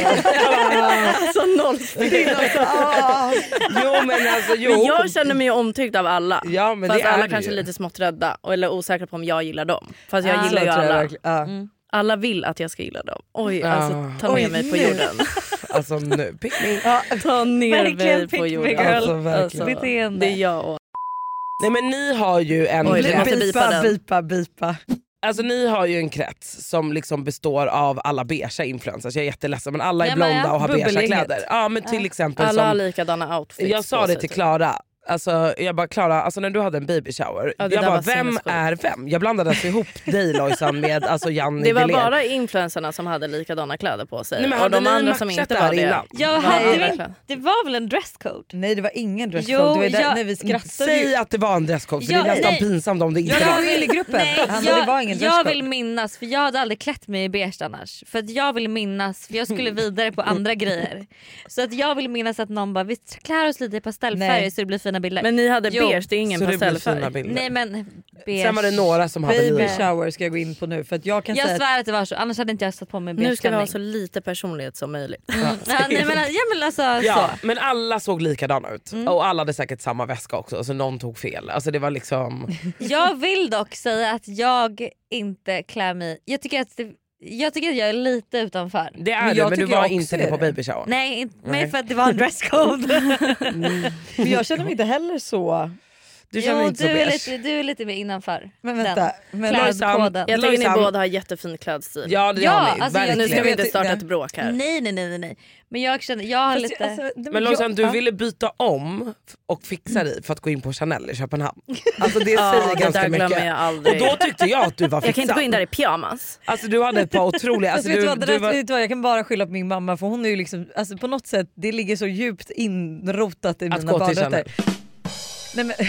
alltså noll stycken. Jo men alltså jo. Men jag känner mig omtyckt av alla. Ja men Fast det är alla det kanske ju. är lite smått rädda eller osäkra på om jag gillar dem. Fast jag Ah. gillar ju Så tror jag alla. verkligen. Ja. Mm. Alla vill att jag ska gilla dem. Oj, Ja. alltså ta ner Oj, mig på nu. jorden. Alltså nu, pick me. Ta ner Verkligen mig pick på me, jorden. girl. Alltså, verkligen. Beteende. Det är jag och... Nej men ni har ju en Oj, det krets. måste bipa Bipa, den. bipa, bipa. Alltså ni har ju en krets som liksom består av alla beiga influencers. Jag är jätteledsen men alla är Ja, men blonda ja, och har beiga bubbelgänget. kläder. Ja men till exempel Alla har som... likadana outfits. Jag sa på det sig, till typ. Klara. Alltså, jag bara Klara, alltså när du hade en baby shower, Ja, det jag där bara var vem sinnessjukt. är vem? Jag blandade alltså ihop dig Lojsan med alltså Janni Det var Delén. bara influencerna som hade likadana kläder på sig. Nej, men och hade de ni andra som matchat inte det var här det. innan? Jag Nej, hade väl, verkligen. det var väl en dresscode? Nej det var ingen Jo, dresscode. Det var där, jag- nej, vi skrattade Säg ju. att det var en dresscode för Ja, det är nästan nej. pinsamt om det inte Ja, var. det var väl i gruppen. Nej, Han, jag, det var ingen jag dresscode. vill minnas, för jag hade aldrig klätt mig i beige annars. För att jag vill minnas, för jag skulle vidare på andra grejer. Så att jag vill minnas att någon bara, vi klär oss lite i pastellfärger Nej. så det blir fina bilder. Men ni hade Jo. beige, det är ingen Så det blir fina pastellfärg. bilder. Nej men beige. Sen var det några som hade Baby lite. shower ska jag gå in på nu för att jag kan Jag säga att svär att det var så, annars hade inte jag satt på mig beige Nu ska vi ha klänning. så lite personlighet som möjligt. Mm. Ja, nej, men, ja, men alltså, Ja, så. men alla såg likadana ut Mm. och alla hade säkert samma väska också så någon tog fel. Alltså det var liksom Jag vill dock säga att jag inte klär mig. Jag tycker att, det, jag, tycker att jag är lite utanför. det är Men du jag men du tycker var jag inte också det är på det. baby shower. Nej, inte, Nej. nej, för att det var en dresscode. men jag känner mig inte heller så. Du känner Jo, inte du så är, beige. lite, du är lite mer innanför. Men vänta, men Klädkoden. Jag tycker ni Lojsan- båda har jättefin klädstil. Ja det Ja, har ni, alltså, verkligen. Nu ska vi inte vet- starta nej. ett bråk här. Nej nej nej nej. Men jag känner, jag har Fast, lite... alltså, det- Men Lojsan, jag- du ja. ville byta om och fixa dig för att gå in på Chanel i Köpenhamn. Alltså det Ja, säger det ganska där glömmer mycket. jag aldrig. Och då tyckte jag att du var fixad. Jag kan inte gå in där i pyjamas. Alltså du hade ett par otroliga... Alltså, Alltså, vet du du, vad, det du där, var... vet du vad, jag kan bara skylla på min mamma för hon är ju liksom, alltså, på något sätt det ligger så djupt inrotat i Att mina gå till barnrätter. Nej, men,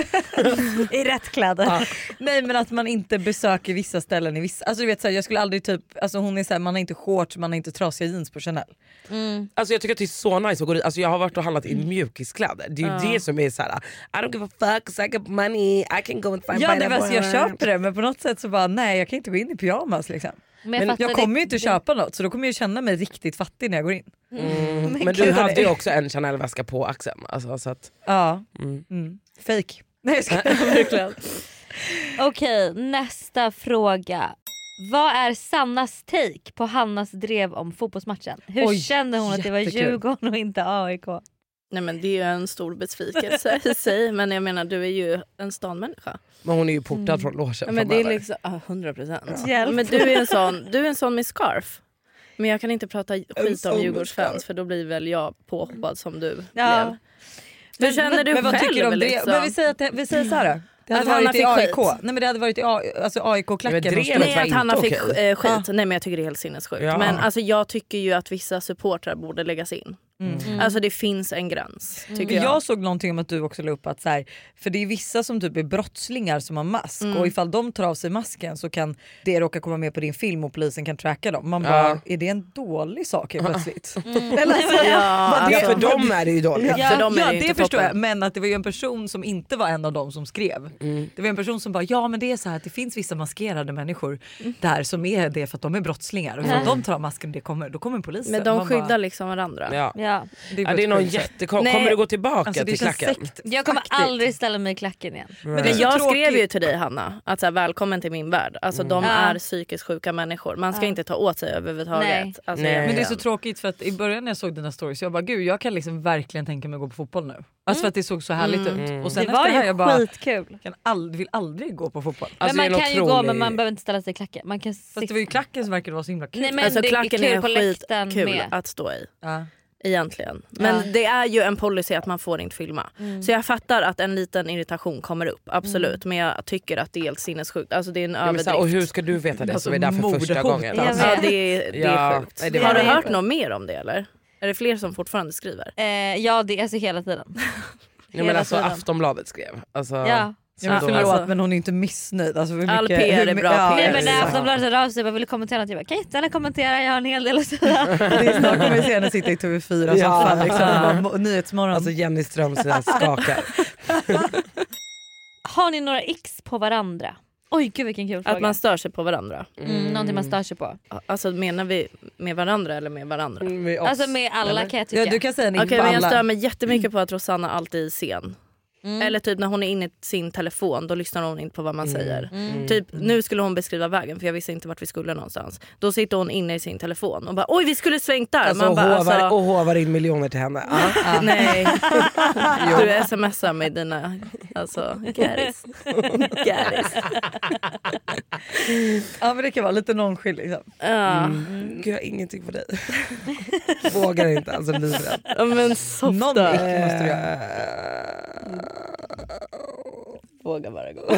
i rätt kläder. Ja. Nej men att man inte besöker vissa ställen i vissa, alltså du vet så här, jag skulle aldrig typ, alltså hon är så här, man har inte shorts, man har inte trasiga jeans på Chanel. Mm. Alltså jag tycker att det är så nice att gå dit. Alltså jag har varit och handlat i mjukiskläder. Det är ju Ja. det som är så här: I don't give a fuck, 'cause I got money, I can go and find Ja buy nej, that men alltså, jag one. köper det men på något sätt så bara nej jag kan inte gå in i pyjamas liksom. Men jag, Jag, fattar kommer det- ju inte köpa något så då kommer jag känna mig riktigt fattig när jag går in. Mm. Men, Men du gud, hade det- ju också en Chanel-väska på axeln. Alltså, så att, Ja, mm. mm. Fake. Nej jag skojar. Verkligen. Okej, nästa fråga. Vad är Sannas take på Hannas drev om fotbollsmatchen? Hur Oj, kände hon att det var jättekul. Djurgården och inte A I K? Nej men det är ju en stor besvikelse i sig. Men jag menar du är ju en stanmänniska. Men hon är ju portad från logen Ja, men det är framöver. liksom, ah, hundra procent. Hjälp. Men du är en sån, du är en sån med scarf. Men jag kan inte prata skit sån om med Djurgårdsfans för då blir väl jag påhoppad som du Ja. blev. Hur känner du men vad själv? tycker du om det? liksom? Men vi säger, att det, vi säger så här då. Det hade Att Hanna varit i fick A I K. skit. Nej men det hade varit i A- alltså A I K-klacken. Men de drevet stod- Nej var att inte Hanna fick okej. eh, skit. Nej men jag tycker det är helt sinnessjukt. Ja. Men alltså, jag tycker ju att vissa supportrar borde läggas in. Mm. Alltså det finns en gräns tycker Men jag. jag såg någonting om att du också la upp att så här, för det är vissa som typ är brottslingar som har mask Mm. och ifall de tar av sig masken så kan det råka komma med på din film och polisen kan tracka dem. Man Ja. bara, är det en dålig sak helt plötsligt? Eller Ja, Ja, alltså, för dem är det ju dåligt. Ja. För dem är ja det det, ju inte förstår toppen. jag, men att det var ju en person som inte var en av dem som skrev. Mm. Det var en person som bara, ja men det är så här att det finns vissa maskerade människor där som är det för att de är brottslingar och om de tar av masken och det kommer, då kommer polisen. Men de Man skyddar bara, liksom varandra. Ja. Ja. det Ja, det är någon jättekonstigt. Nej. Kommer du gå tillbaka alltså, det till känns klacken? sekt. Jag kommer Faktiskt. aldrig ställa mig i klacken igen. Men det är Men så jag tråkigt. skrev ju till dig Hanna att så här, välkommen till min värld. Alltså de Ja. är psykiskt sjuka människor. Man ska Ja. inte ta åt sig överhuvudtaget. Nej. Alltså, Nej. Men det är så egentligen. tråkigt för att i början när jag såg dina stories jag bara gud jag kan liksom verkligen tänka mig att gå på fotboll nu. Alltså för att det såg så härligt Mm. ut. Och sen Det var efter det här ju jag bara skitkul. kan ald- vill aldrig gå på fotboll. Alltså, men det är man en kan ju gå otrolig- men man behöver inte ställa sig i klacken. Man kan Fast det var ju klacken som verkade vara så himla kul. Nej, men Alltså det är klacken kul är på läktaren skitkul med. att stå i. Ja. Egentligen. Men Ja. det är ju en policy att man får inte filma. Mm. Så jag fattar att en liten irritation kommer upp. Absolut. Men jag tycker att det är helt sinnessjukt. Alltså det är en Ja, men överdrift. så här, och hur ska du veta det Alltså, som är där för första mordhot, gången? Jag alltså. Ja, vet. det är, det Ja, är sjukt. nej, det Har var- du hört något mer om det eller? Är det fler som fortfarande skriver? Eh, ja det är alltså hela tiden. Ja, men Hela alltså tiden. Aftonbladet skrev. Alltså, Ja. Ja, men Ja, förlåt alltså- men hon är inte missnöjd. Alltså, hur All mycket, P R hur är my- bra ja, P R. Nej men när exakt. Aftonbladet hörde av sig och ville kommentera något jag bara, kan jag inte gärna kommentera, jag har en hel del att säga. Det är snart kommer vi se henne sitta i T V fyra Ja. soffan liksom, och bara, Nyhetsmorgon. Alltså Jenny Ström så här skakar. Har ni några x på varandra? Oj gud vilken kul fråga. Att man stör sig på varandra. mm, någonting man stör sig på. Alltså menar vi med varandra eller med varandra? Mm, med oss, Alltså med alla eller? kan jag tycka. ja, du kan säga Okej okay, men jag alla. stör mig jättemycket på att Rosanna alltid är sen. Mm. Eller typ när hon är inne i sin telefon då lyssnar hon inte på vad man säger. Mm. Typ nu skulle hon beskriva vägen för jag visste inte vart vi skulle någonstans. Då sitter hon inne i sin telefon och bara oj vi skulle svängt där. Alltså, Man bara, hovar, alltså, och hovar in miljoner till henne. Ja. nej. Du smsar med dina alltså gäris. Gäris. Ja men det kan vara lite nonchalant liksom. Ja. Mm. Gud, jag har ingenting för dig. Vågar inte, alltså livrädd. Ja, men softa. Någon ick måste du göra. Våga bara gå.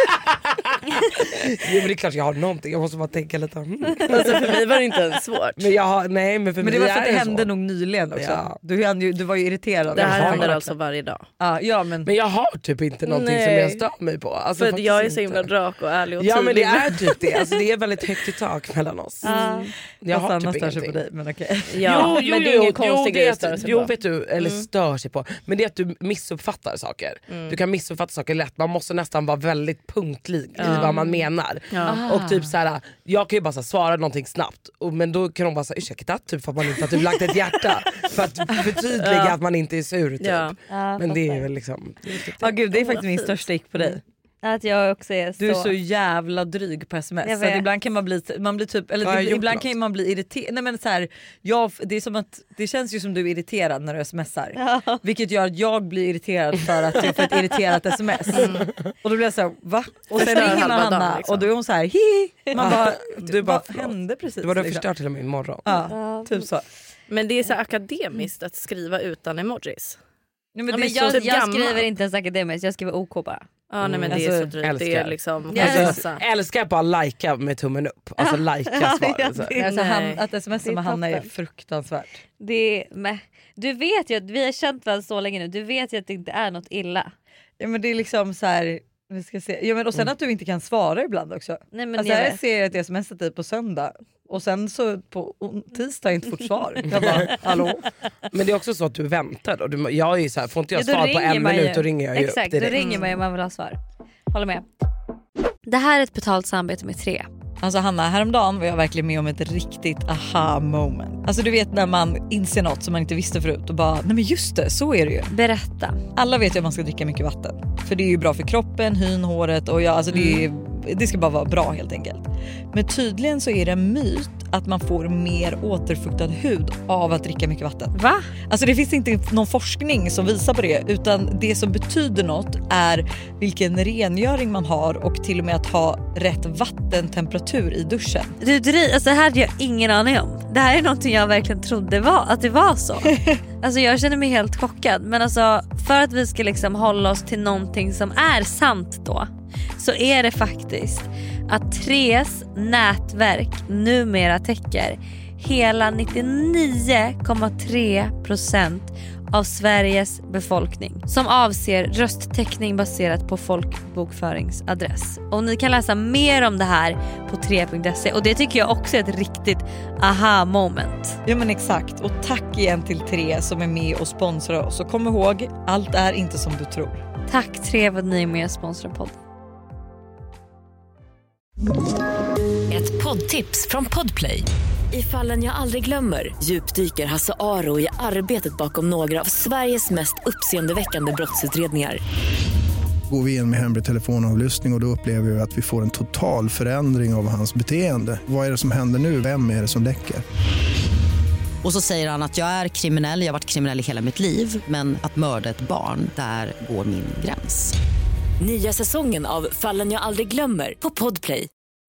Jo men det är klart jag har någonting, jag måste bara tänka lite. Mm. Alltså för mig var det inte ens svårt. Men jag har, nej men för Men det mig var för att är det så. hände nog nyligen också. Ja. Du, hann ju, du var ju irriterad. Det här Ja, händer verkligen. alltså varje dag. Ja, ja men Men jag har typ inte någonting Nej. som jag stör mig på. Alltså, För att faktiskt jag är så inte. himla rak och ärlig och Ja men det tydlig. är typ det, alltså, det är väldigt högt i tak mellan oss. Ja. Jag har Sanna typ stör sig på ingenting. dig men okej. Ja, jo, jo, men det är jo, ingen konstig jo, grej det att störa är, sig jo på. vet du, eller Mm. stör sig på. Men det är att du missuppfattar saker. Mm. Du kan missuppfatta saker lätt, man måste nästan vara väldigt punktlig i Ja. vad man menar. Ja. Och typ så här, jag kan ju bara så här, svara någonting snabbt och, men då kan de bara säga ursäkta typ för att man inte har typ lagt ett hjärta för att förtydliga Ja. att man inte är sur typ. Ja. Ja, Men det är fattar. väl liksom det är typ Ja det. gud det är faktiskt min fint. största ick på dig. Att jag också är så... Du är så jävla dryg på sms. Så att ibland kan man bli, man blir typ, eller ja, ibland kan man bli irriterad. Nej men så här, jag, det är som att det känns ju som du är irriterad när du smsar. Ja. Vilket gör att jag blir irriterad för att jag får ett irriterad sms. Mm. Och då blir jag så här, va? Och sen ringer man Hanna dagen, liksom. Och då är hon så här, hihi. Man bara, du bara, vad hände precis? Du var då förstört till och med imorgon. Ja, ja, typ så. Men det är så akademiskt att skriva utan emojis. Nej, men ja, men jag, jag skriver inte ens akademiskt, jag skriver OK bara. Ja, nej, men det alltså, är så drygt. Det är liksom alltså, älskar bara lajka med tummen upp. Alltså lajka svaret. Ja, alltså, han, att smsa med Hanna är fruktansvärt. Det är, men, du vet ju att vi har känt varandra så länge nu. Du vet ju att det inte är något illa. Ja men det är liksom så här. Vi ska se. Ja, men och sen mm. att du inte kan svara ibland också. Nej, men alltså, jag, jag ser att jag smsat dig på söndag. Och sen så på tisdag har jag inte fått svar. Jag bara, hallå? Men det är också så att du väntar då. Du, jag är ju så här, får inte jag ja, svar på en minut och ringer jag ju exakt, upp direkt. Exakt, då ringer man ju man vill ha svar. Håller med. Det här är ett betalt samarbete med tre. Alltså Hanna, häromdagen var jag verkligen med om ett riktigt aha moment. Alltså du vet när man inser något som man inte visste förut och bara, nej men just det, så är det ju. Berätta. Alla vet ju att man ska dricka mycket vatten. För det är ju bra för kroppen, hyn, håret och ja, alltså det, är, det ska bara vara bra helt enkelt. Men tydligen så är det en myt att man får mer återfuktad hud av att dricka mycket vatten. Va? Alltså det finns inte någon forskning som visar på det, utan det som betyder något är vilken rengöring man har och till och med att ha rätt vattentemperatur i duschen. Du dri, alltså det här hade jag ingen aning om. Det här är någonting jag verkligen trodde var, att det var så. Alltså jag känner mig helt chockad. Men alltså för att vi ska liksom hålla oss till någonting som är sant då, så är det faktiskt att Tres nätverk numera täcker hela nittionio komma tre procent av Sveriges befolkning, som avser rösttäckning baserat på folkbokföringsadress. Och ni kan läsa mer om det här på tre punkt se, och det tycker jag också är ett riktigt aha moment. Ja men exakt, och tack igen till Tre som är med och sponsrar oss. Och kom ihåg, allt är inte som du tror. Tack Tre för att ni är med och sponsrar podden. Ett poddtips från Podplay. I Fallen jag aldrig glömmer djupdyker Hasse Aro i arbetet bakom några av Sveriges mest uppseendeväckande brottsutredningar. Går vi in med hemlig telefonavlyssning och, och då upplever vi att vi får en total förändring av hans beteende. Vad är det som händer nu? Vem är det som läcker? Och så säger han att jag är kriminell, jag har varit kriminell i hela mitt liv. Men att mörda ett barn, där går min gräns. Nya säsongen av Fallen jag aldrig glömmer på Podplay.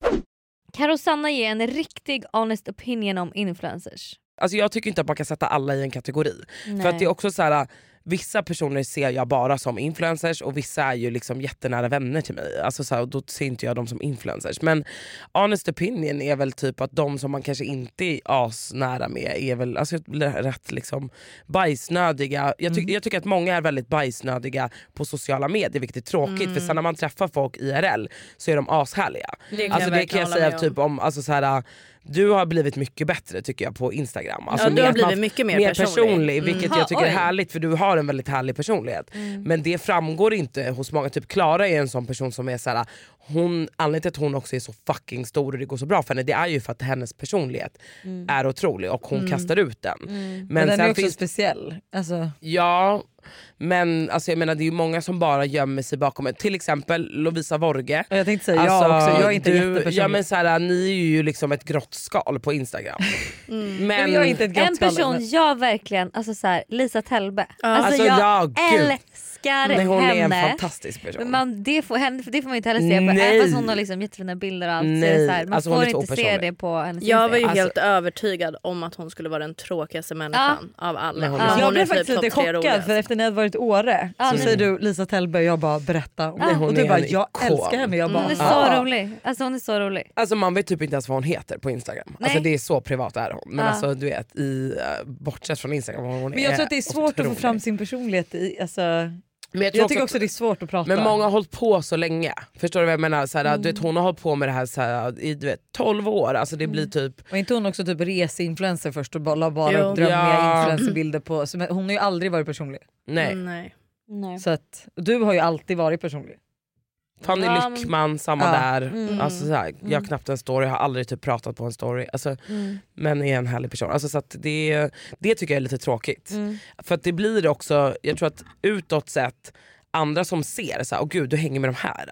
Kan Rosanna ge en riktig honest opinion om influencers? Alltså jag tycker inte att man kan sätta alla i en kategori. Nej. För att det är också så här, vissa personer ser jag bara som influencers och vissa är ju liksom jättenära vänner till mig. Alltså så här, och då ser inte jag dem som influencers. Men honest opinion är väl typ att de som man kanske inte är asnära med är väl alltså, rätt liksom bajsnödiga. Jag, ty- mm. jag tycker att många är väldigt bajsnödiga på sociala medier, vilket är tråkigt. Mm. För sen när man träffar folk I R L så är de ashärliga. Det kan alltså jag det kan jag säga typ om alltså så här. Du har blivit mycket bättre tycker jag på Instagram. Alltså ja, du har blivit mycket mer, mer personlig, personlig vilket mm. jag tycker ha, är härligt, för du har en väldigt härlig personlighet. Mm. Men det framgår inte hos många. Typ Klara är en sån person som är så här, hon, anledningen till att hon också är så fucking stor och det går så bra för henne, det är ju för att hennes personlighet mm. är otrolig och hon mm. kastar ut den. Mm. Men, Men den sen är också finns, speciell. Alltså. Ja, men alltså jag menar det är ju många som bara gömmer sig bakom det. Till exempel Lovisa Vorge. Jag tänkte säga alltså, jag också, jag är inte du, jättepersonlig. Ja men så här, ni är ju liksom ett grottskal på Instagram. Mm. Men, men jag är inte ett grottskal. En person jag verkligen, alltså så här, Lisa Tellbe. Ja. Alltså, alltså jag ja, älskar men hon henne. Hon är en fantastisk person. Men man, det, får, henne, det får man inte heller se på. Även fast hon har liksom jättefina bilder och allt. Så är det så här, man alltså, får inte se det på hennes Jag var ju alltså, helt övertygad om att hon skulle vara den tråkigaste människan ja. av alla. Hon ja. Jag blev faktiskt lite chockad för efter när jag varit i Åre ja. så mm. säger du Lisa Tellbe, jag bara berätta. Ja. Och du bara, jag älskar henne. Jag bara, hon är så ja. rolig. Alltså hon är så rolig. Alltså man vet typ inte ens vad hon heter på Instagram. Alltså det är så privat är hon. Men ja. alltså du vet, i, uh, bortsett från Instagram hon men jag är tror att det är svårt otrolig. Att få fram sin personlighet i, alltså. Men jag, jag tycker också att det är svårt att prata. Men många har hållit på så länge. Förstår du vad jag menar? Så här, mm. du vet, hon har hållit på med det här så här, i du vet, tolv år. Alltså det blir typ... Och inte hon också typ reseinfluencer först och bara, bara upp drömmiga ja. influencerbilder på. Så hon har ju aldrig varit personlig. Nej. Mm, nej. nej. Så att, du har ju alltid varit personlig. Fanny ja, Lyckman, samma ja. där. Mm. Alltså, så här, jag har mm. knappt en story, jag har aldrig typ pratat på en story. Alltså, mm. Men är en härlig person. Alltså, så att det, det tycker jag är lite tråkigt. Mm. För att det blir också, jag tror att utåt sett, andra som ser så här, åh gud du hänger med de här.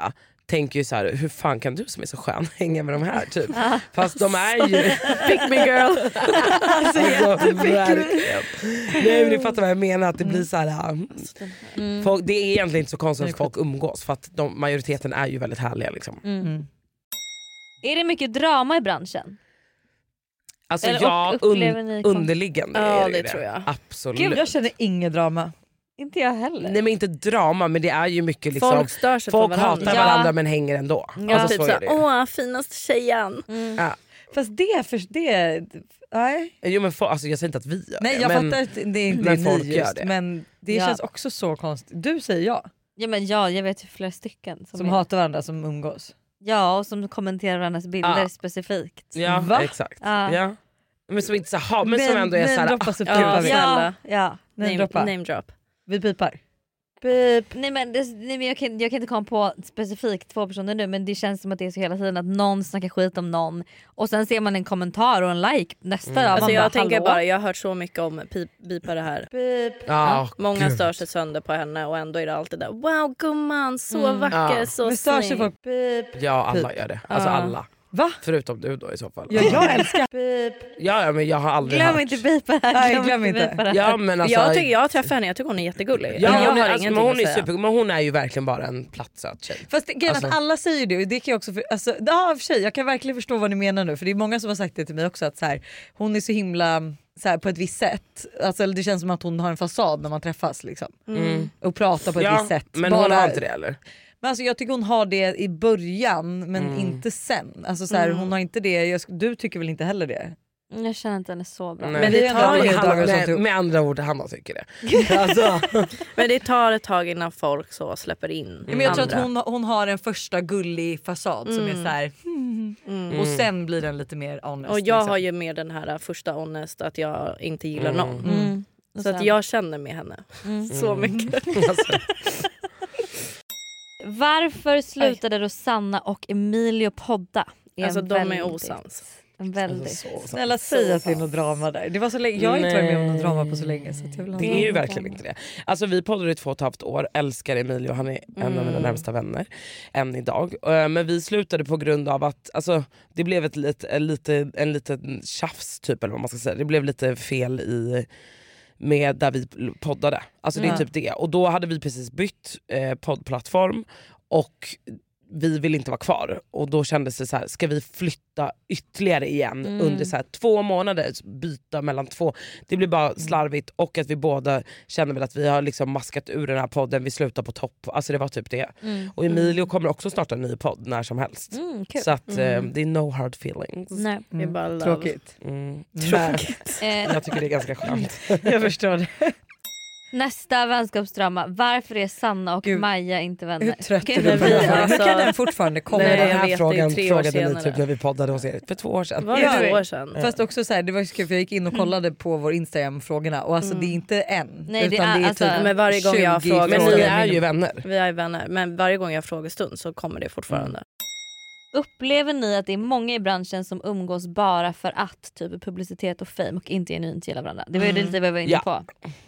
tänker ju så här: hur fan kan du som är så skön hänga med de här typ? Fast de är ju pick me girl. Alltså, verkligen. Nej, men du fattar vad jag menar, att det blir så här. Mm. Folk, det är egentligen inte så konstigt att folk umgås, för att de, majoriteten är ju väldigt härliga liksom. Mm. Mm. Är det mycket drama i branschen? Alltså Eller ja, un, kom... underliggande ja, är det, det det tror jag. Absolut. Gud, jag känner inget drama. Inte jag heller. Nej, men inte drama, men det är ju mycket liksom, folk stör sig folk på varandra. hatar varandra, ja. Men hänger ändå. Ja, alltså, typ så så, åh, finaste tjejen. Mm. Ja. Fast det, för det, nej. Jo, men folk, alltså, jag säger inte att vi gör nej, det. jag men, fattar att det är inte men folk ni just, det. men det ja. känns också så konstigt. Du säger ja. Ja, men ja, jag vet ju flera stycken. Som, som är... hatar varandra, som umgås. Ja, och som kommenterar varandras bilder ah. specifikt. Ja, Va? exakt. Ah. Ja. Men som inte så ha, men som ändå är såhär. Namedroppa så ja, pipar vi. Ja, ja. Name, name drop. Vi pipar. Beep. Nej, men, det, nej, men jag, kan, jag kan inte komma på specifikt två personer nu, men det känns som att det är så hela tiden att någon snackar skit om någon och sen ser man en kommentar och en like nästa mm. dag. Alltså man jag bara, tänker hallå? bara, jag har hört så mycket om pip, bipa det här. Beep. Ja, många gud. stör sig sönder på henne och ändå är det alltid där. Wow, gumman, så Mm. vacker, Ja. så Men stör sig snygg. folk. Beep. Ja, alla gör det. Alltså Ja. alla. Va? Förutom du då i så fall. Ja, jag älskar. Beep. Ja, ja, men jag har aldrig Glöm hört. inte bipa det här. Nej, glöm inte. bipa det här. Ja, men alltså, jag, tycker, jag träffar henne, jag tycker hon är jättegullig. ja, jag men, har alltså, ingenting men hon att är säga. super, men hon är ju verkligen bara en plattsöt tjej. Fast grejen Alltså- att alla säger det, och det kan jag också för, alltså, ja, för sig, jag kan verkligen förstå vad ni menar nu, för det är många som har sagt det till mig också, att så här, hon är så himla så här, på ett visst sätt, alltså, det känns som att hon har en fasad när man träffas liksom. Mm. Och pratar på ett Ja, visst sätt. men Bara, hon har inte det eller? men alltså, jag tycker hon har det i början men Mm. inte sen, alltså, så här, Mm. hon har inte det, jag, du tycker väl inte heller det? Jag känner inte henne så bra. Nej. Men det är ändå tar tre ju dagar Hanna, som nej, tog. med andra ord, Hanna tycker det. Alltså. Men det tar ett tag innan folk så släpper in Men jag tror att andra. hon, hon har en första gullig fasad som är Mm. så här, hmm, Mm. och sen blir den lite mer honest. Och jag liksom. har ju mer den här första honest att jag inte gillar Mm. någon. Mm. Och Så att sen- jag känner med henne Mm. så mycket. Alltså. Varför slutade Rosanna och Emilio podda? Är Alltså en de är väldigt- osams. En väldigt. Alltså, så, så. Snälla säg att det är något drama där. Det var så länge, jag har inte varit med om något drama på så länge. Så att jag vill ha Det något är ju drama. verkligen inte det. Alltså vi poddade i två och ett halvt år, älskar Emilio, han är en av mina Mm. närmsta vänner än idag. Uh, men vi slutade på grund av att alltså, det blev ett lit, en, lite, en liten tjafs typ, eller vad man ska säga. Det blev lite fel i med där vi poddade. Alltså det är Ja. typ det. Och då hade vi precis bytt eh, poddplattform och vi vill inte vara kvar. Och då kändes det så här, ska vi flytta ytterligare igen Mm. under så här två månader, byta mellan två. Det blir bara slarvigt och att vi båda känner väl att vi har liksom maskat ur den här podden, vi slutar på topp. Alltså det var typ det. Mm. Och Emilio kommer också starta en ny podd när som helst. Mm, kul. Så att Mm. eh, det är no hard feelings. Nej. Det är bara love. Tråkigt. Mm. Tråkigt. Eh, Jag tycker det är ganska skönt. Jag förstår det. nästa vänskapsdrama. Varför är Sanna och Gud. Maja inte vänner? Hur trött Okej, är du men på vi- den frågan? Hur alltså- kan den fortfarande komma? Nej, Den jag här vet, det är frågan tre år frågade ni senare. typ när vi poddade hos er för två år sedan. Var det Ja. två år sedan? Fast också så här, det var så kul för jag gick in och kollade på vår Instagram-frågorna och alltså Mm. det är inte en. Nej, det utan är det är alltså- typ Men varje gång jag tjugo frågar- Men frågor ni är minimum. ju vänner. Vi är vänner, men varje gång jag har frågestund så kommer det fortfarande. Upplever ni att det är många i branschen som umgås bara för att typ publicitet och fame och inte genuint gillar varandra? Det var ju Mm. lite vad jag var inne Ja. på.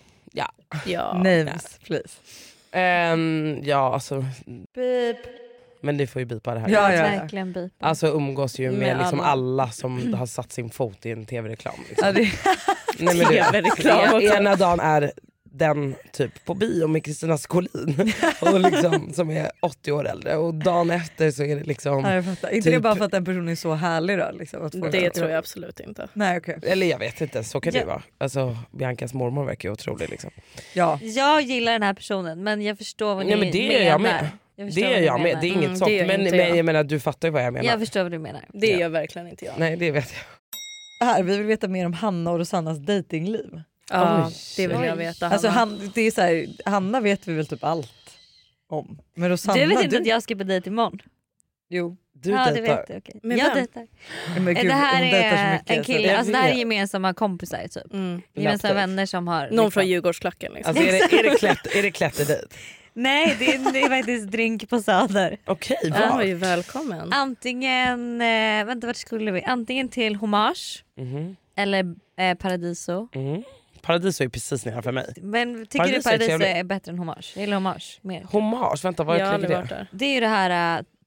Ja. Names, please. Ehm, ja alltså, Beep. men det får ju bipa det här. Ja, ja, ja. Verkligen beep. Alltså umgås ju med, Med liksom alla. alla som har satt sin fot i en tv-reklam. Liksom. Ja, det, Nej, men det, Tv-reklam också. ena dagen är den typ på bio med Kristina Skolin och liksom, som är åttio år äldre, och dagen efter så är det liksom, ja, jag fattar. Inte det Typ- bara för att den personen är så härlig då? Liksom, att folk- Det tror jag absolut inte. Nej, okej. eller jag vet inte, så kan Ja. det vara. Alltså Biancas mormor verkar ju otrolig liksom. Ja. Jag gillar den här personen men jag förstår vad Nej, ni men det menar. är jag med. Jag förstår Det vad är ni jag med, menar. det är inget Mm, sånt. det är Men, inte men jag. jag menar, du fattar ju vad jag menar. Jag förstår vad du menar. Det Ja. gör verkligen inte jag. Nej, det vet jag. Här, vi vill veta mer om Hanna och Rosannas datingliv. Ja, Oj. det vill jag Oj. veta. Alltså, Hanna. han, det är så här, Hanna vet vi väl typ allt om. Men Rosanna, Du vet inte du... att jag ska på dejt imorgon? Jo. Du Ja det dejtar. vet jag, okej. Med Jag vem? dejtar. Men gud, det här hon dejtar så är mycket, en så- kille, Jag alltså det här är vet. gemensamma kompisar typ. Mm. Gemensamma Laptop. vänner som har... Någon liksom- från Djurgårdsklacken liksom. Alltså är det, är det, klätt, är det klätterdejt? Nej det är, det är faktiskt drink på Söder. Okej, Ja, var? ju välkommen. Antingen, eh, vänta vart skulle vi? Antingen till Hommage Mhm, eller eh, Paradiso. mhm. Paradiso är precis nära mig. Men tycker Paradiso du är Paradiso trevligt. är bättre än Hommage? Jag gillar Hommage mer. Hommage, vänta vad Jag har ligger aldrig det? varit där. Det är ju det här äh,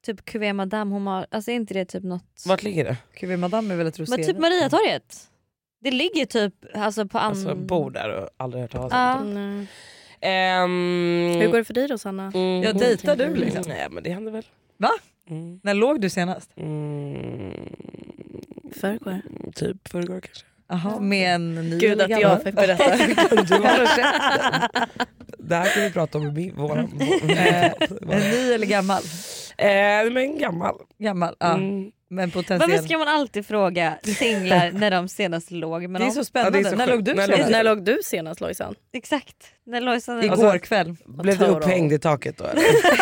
typ Cuvée Madame, hon har, alltså är inte det typ något... Vart ligger det? Cuvée Madame är väl ett rosé? Men typ Mariatorget. Det ligger typ alltså på... An... Alltså bor där och aldrig hört talas om. Ja. Mm. Um, Hur går det för dig då, Sanna? Mm, Jag dejtar du liksom. Nej men det händer väl. Va? Mm. När låg du senast? Mm. Förrgår. Typ förrgår kanske. Jaha, med en ny Gud att jag fick berätta. Du har käften. Det här kan vi prata om i min, våran... Eh, en ny eller gammal? Eh, men gammal. Gammal, ja. Mm. Men potentiell. Varför ska man alltid fråga singlar när de senast låg med Det är någon? så spännande. Ja, det är så när sjukt. låg du När senast? När låg du senast, Lojsan? Exakt. När Lojsan... Igår Alltså, kväll. Blev du upphängd i taket då eller?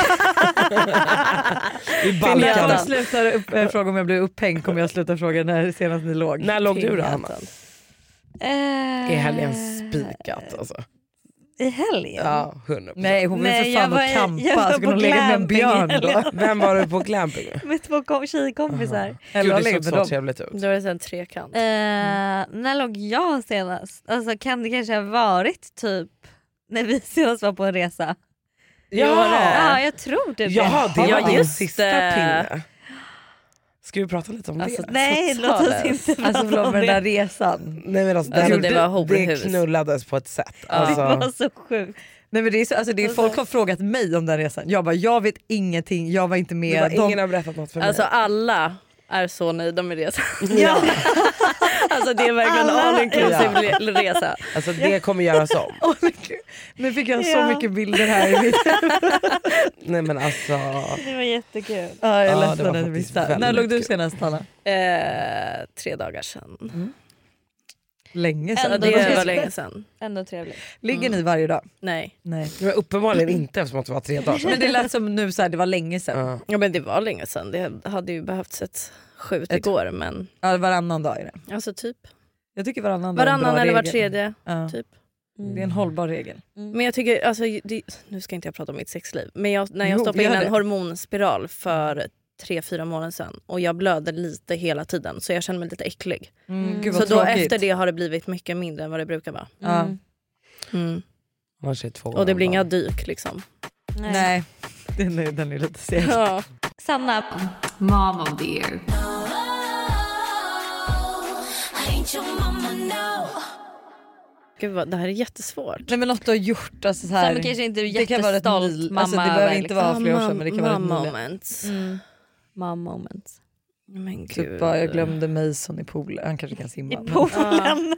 I När balkan. jag slutar upp, äh, fråga om jag blev upphängd kommer jag sluta fråga när senast ni låg. När låg du då, Hanna? Eh, Är helgen spikat alltså? I helgen? Ja, hundra procent. Nej, hon vill Nej, för jag fan var att i- kampa. jag var Ska på hon lägga med en glamping björn i då? helgen. Vem var du på glamping med? Med två kom- tjejkompisar. Eller Gud, lägga det med såg så dem. trevligt ut. Då är det en trekant. Eh, när låg jag senast? Alltså kan det kanske ha varit typ när vi senast var på en resa? Ja, jag tror det. Jaha, det Ja, var din just sista det. pinne. Ska vi prata lite om Alltså, det? nej, Så låt oss talas. inte prata Alltså förlåt om med den där det. resan. Nej, men alltså, Alltså, det, det var horhus. det knullades på ett sätt. Det Alltså, var så sjukt. Nej, men det är så, alltså, det är, folk har frågat mig om den resan. Jag bara, jag vet ingenting, jag var inte det med. var De- ingen har berättat något för mig. Alltså alla är så nöjda med resan. Ja. Alltså det är verkligen en all inclusive Ja. resa. alltså det kommer göras om. Åh, men gud. Nu fick jag så Ja. mycket bilder här i mitt... Nej men alltså. Det var jättekul. Ja, jag Ja, är det ledsen var att jag faktiskt missade. väldigt När låg du kul. senast, Hanna? Eh, tre dagar sedan. Länge Så sedan. Ändå det trevligt. var länge sedan. Ändå trevligt. Ligger ni varje dag? Nej. Nej. Men uppenbarligen inte eftersom att det var tre dagar sedan. Men det lät som nu så här, det var länge sedan. Ja. Ja men det var länge sedan. Det hade ju behövts ett skjut Ett- igår men Ja, varannan dag är det. alltså typ Jag tycker varannan, dag är en varannan bra eller var regel. tredje Ja. typ. Det är en hållbar regel. Men jag tycker, alltså, det, nu ska inte jag prata om mitt sexliv, men jag, när jag Jo, stoppade in gör en det. hormonspiral för tre, fyra månader sedan och jag blöder lite hela tiden så jag känner mig lite äcklig. Mm, gud Så vad då tråkigt. efter det har det blivit mycket mindre än vad det brukar vara. Ja. Mm. Annars är det två Och det blir år inga bara. dyk liksom. Nej. Nej, den är, den är lite seg. Ja. Sanna, Mom of the year. Gud, vad, det här är jättesvårt. Nej men något du har gjort. Alltså, så här, Som kanske inte är det kan vara ett jättestolt mil, mamma alltså, det behöver över, inte vara flera år sedan men det kan vara ett Mom mil. moments. mm. mom moments. Men gud. Typ bara, jag glömde Mason i poolen. Han kanske kan simma. I men- poolen.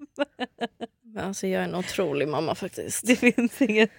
Men alltså, jag är en otrolig mamma faktiskt. Det finns inget.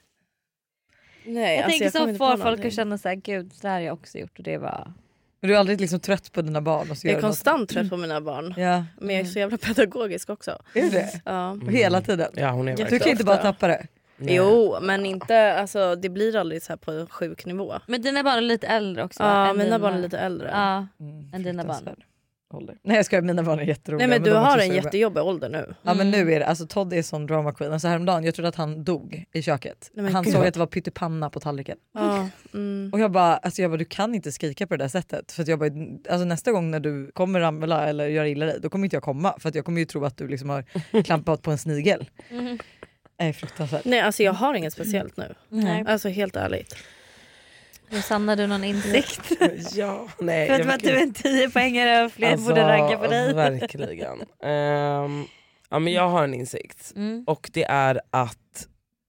Nej, Jag alltså, tänker jag kommer så inte på får folk någonting. att känna så här, gud det här har jag också gjort och det var... Men du är aldrig liksom trött på dina barn? Och så Jag gör är du något. konstant trött på mina barn. Ja. Men jag är så jävla pedagogisk också. Är du det? Ja. Hela tiden? Ja, hon är Du verkligen. kan inte bara ofta. tappa det? Nej. Jo, men inte, alltså, det blir aldrig så här på en sjuk nivå. Men dina barn är lite äldre också. Ja, än mina dina- barn är lite äldre. Ja, Mm, än dina barn. fruktansvärd ålder. Nej jag skojar, mina barn är jätteroliga. Nej men du de är har också en så jobbiga. jättejobbig ålder nu. Ja men nu är det, alltså Todd är sån drama queen. Alltså häromdagen, jag trodde att han dog i köket. Nej, men Han gud. såg att det var pyttipanna på tallriken. Ja, mm. Och jag bara, alltså jag bara, du kan inte skrika på det där sättet. För att jag bara, alltså nästa gång när du kommer ramla eller göra illa dig, då kommer inte jag komma. För att jag kommer ju tro att du liksom har klampat på en snigel. Mm. Nej fruktansvärt. Nej alltså jag har inget speciellt nu. Nej. Alltså helt ärligt. Sanna, du någon insikt? Ja, nej. För jag att du vet är en tio poängare och fler Alltså, borde ragga på dig. Verkligen. Ehm, ja, men jag har en insikt. Mm. Och det är att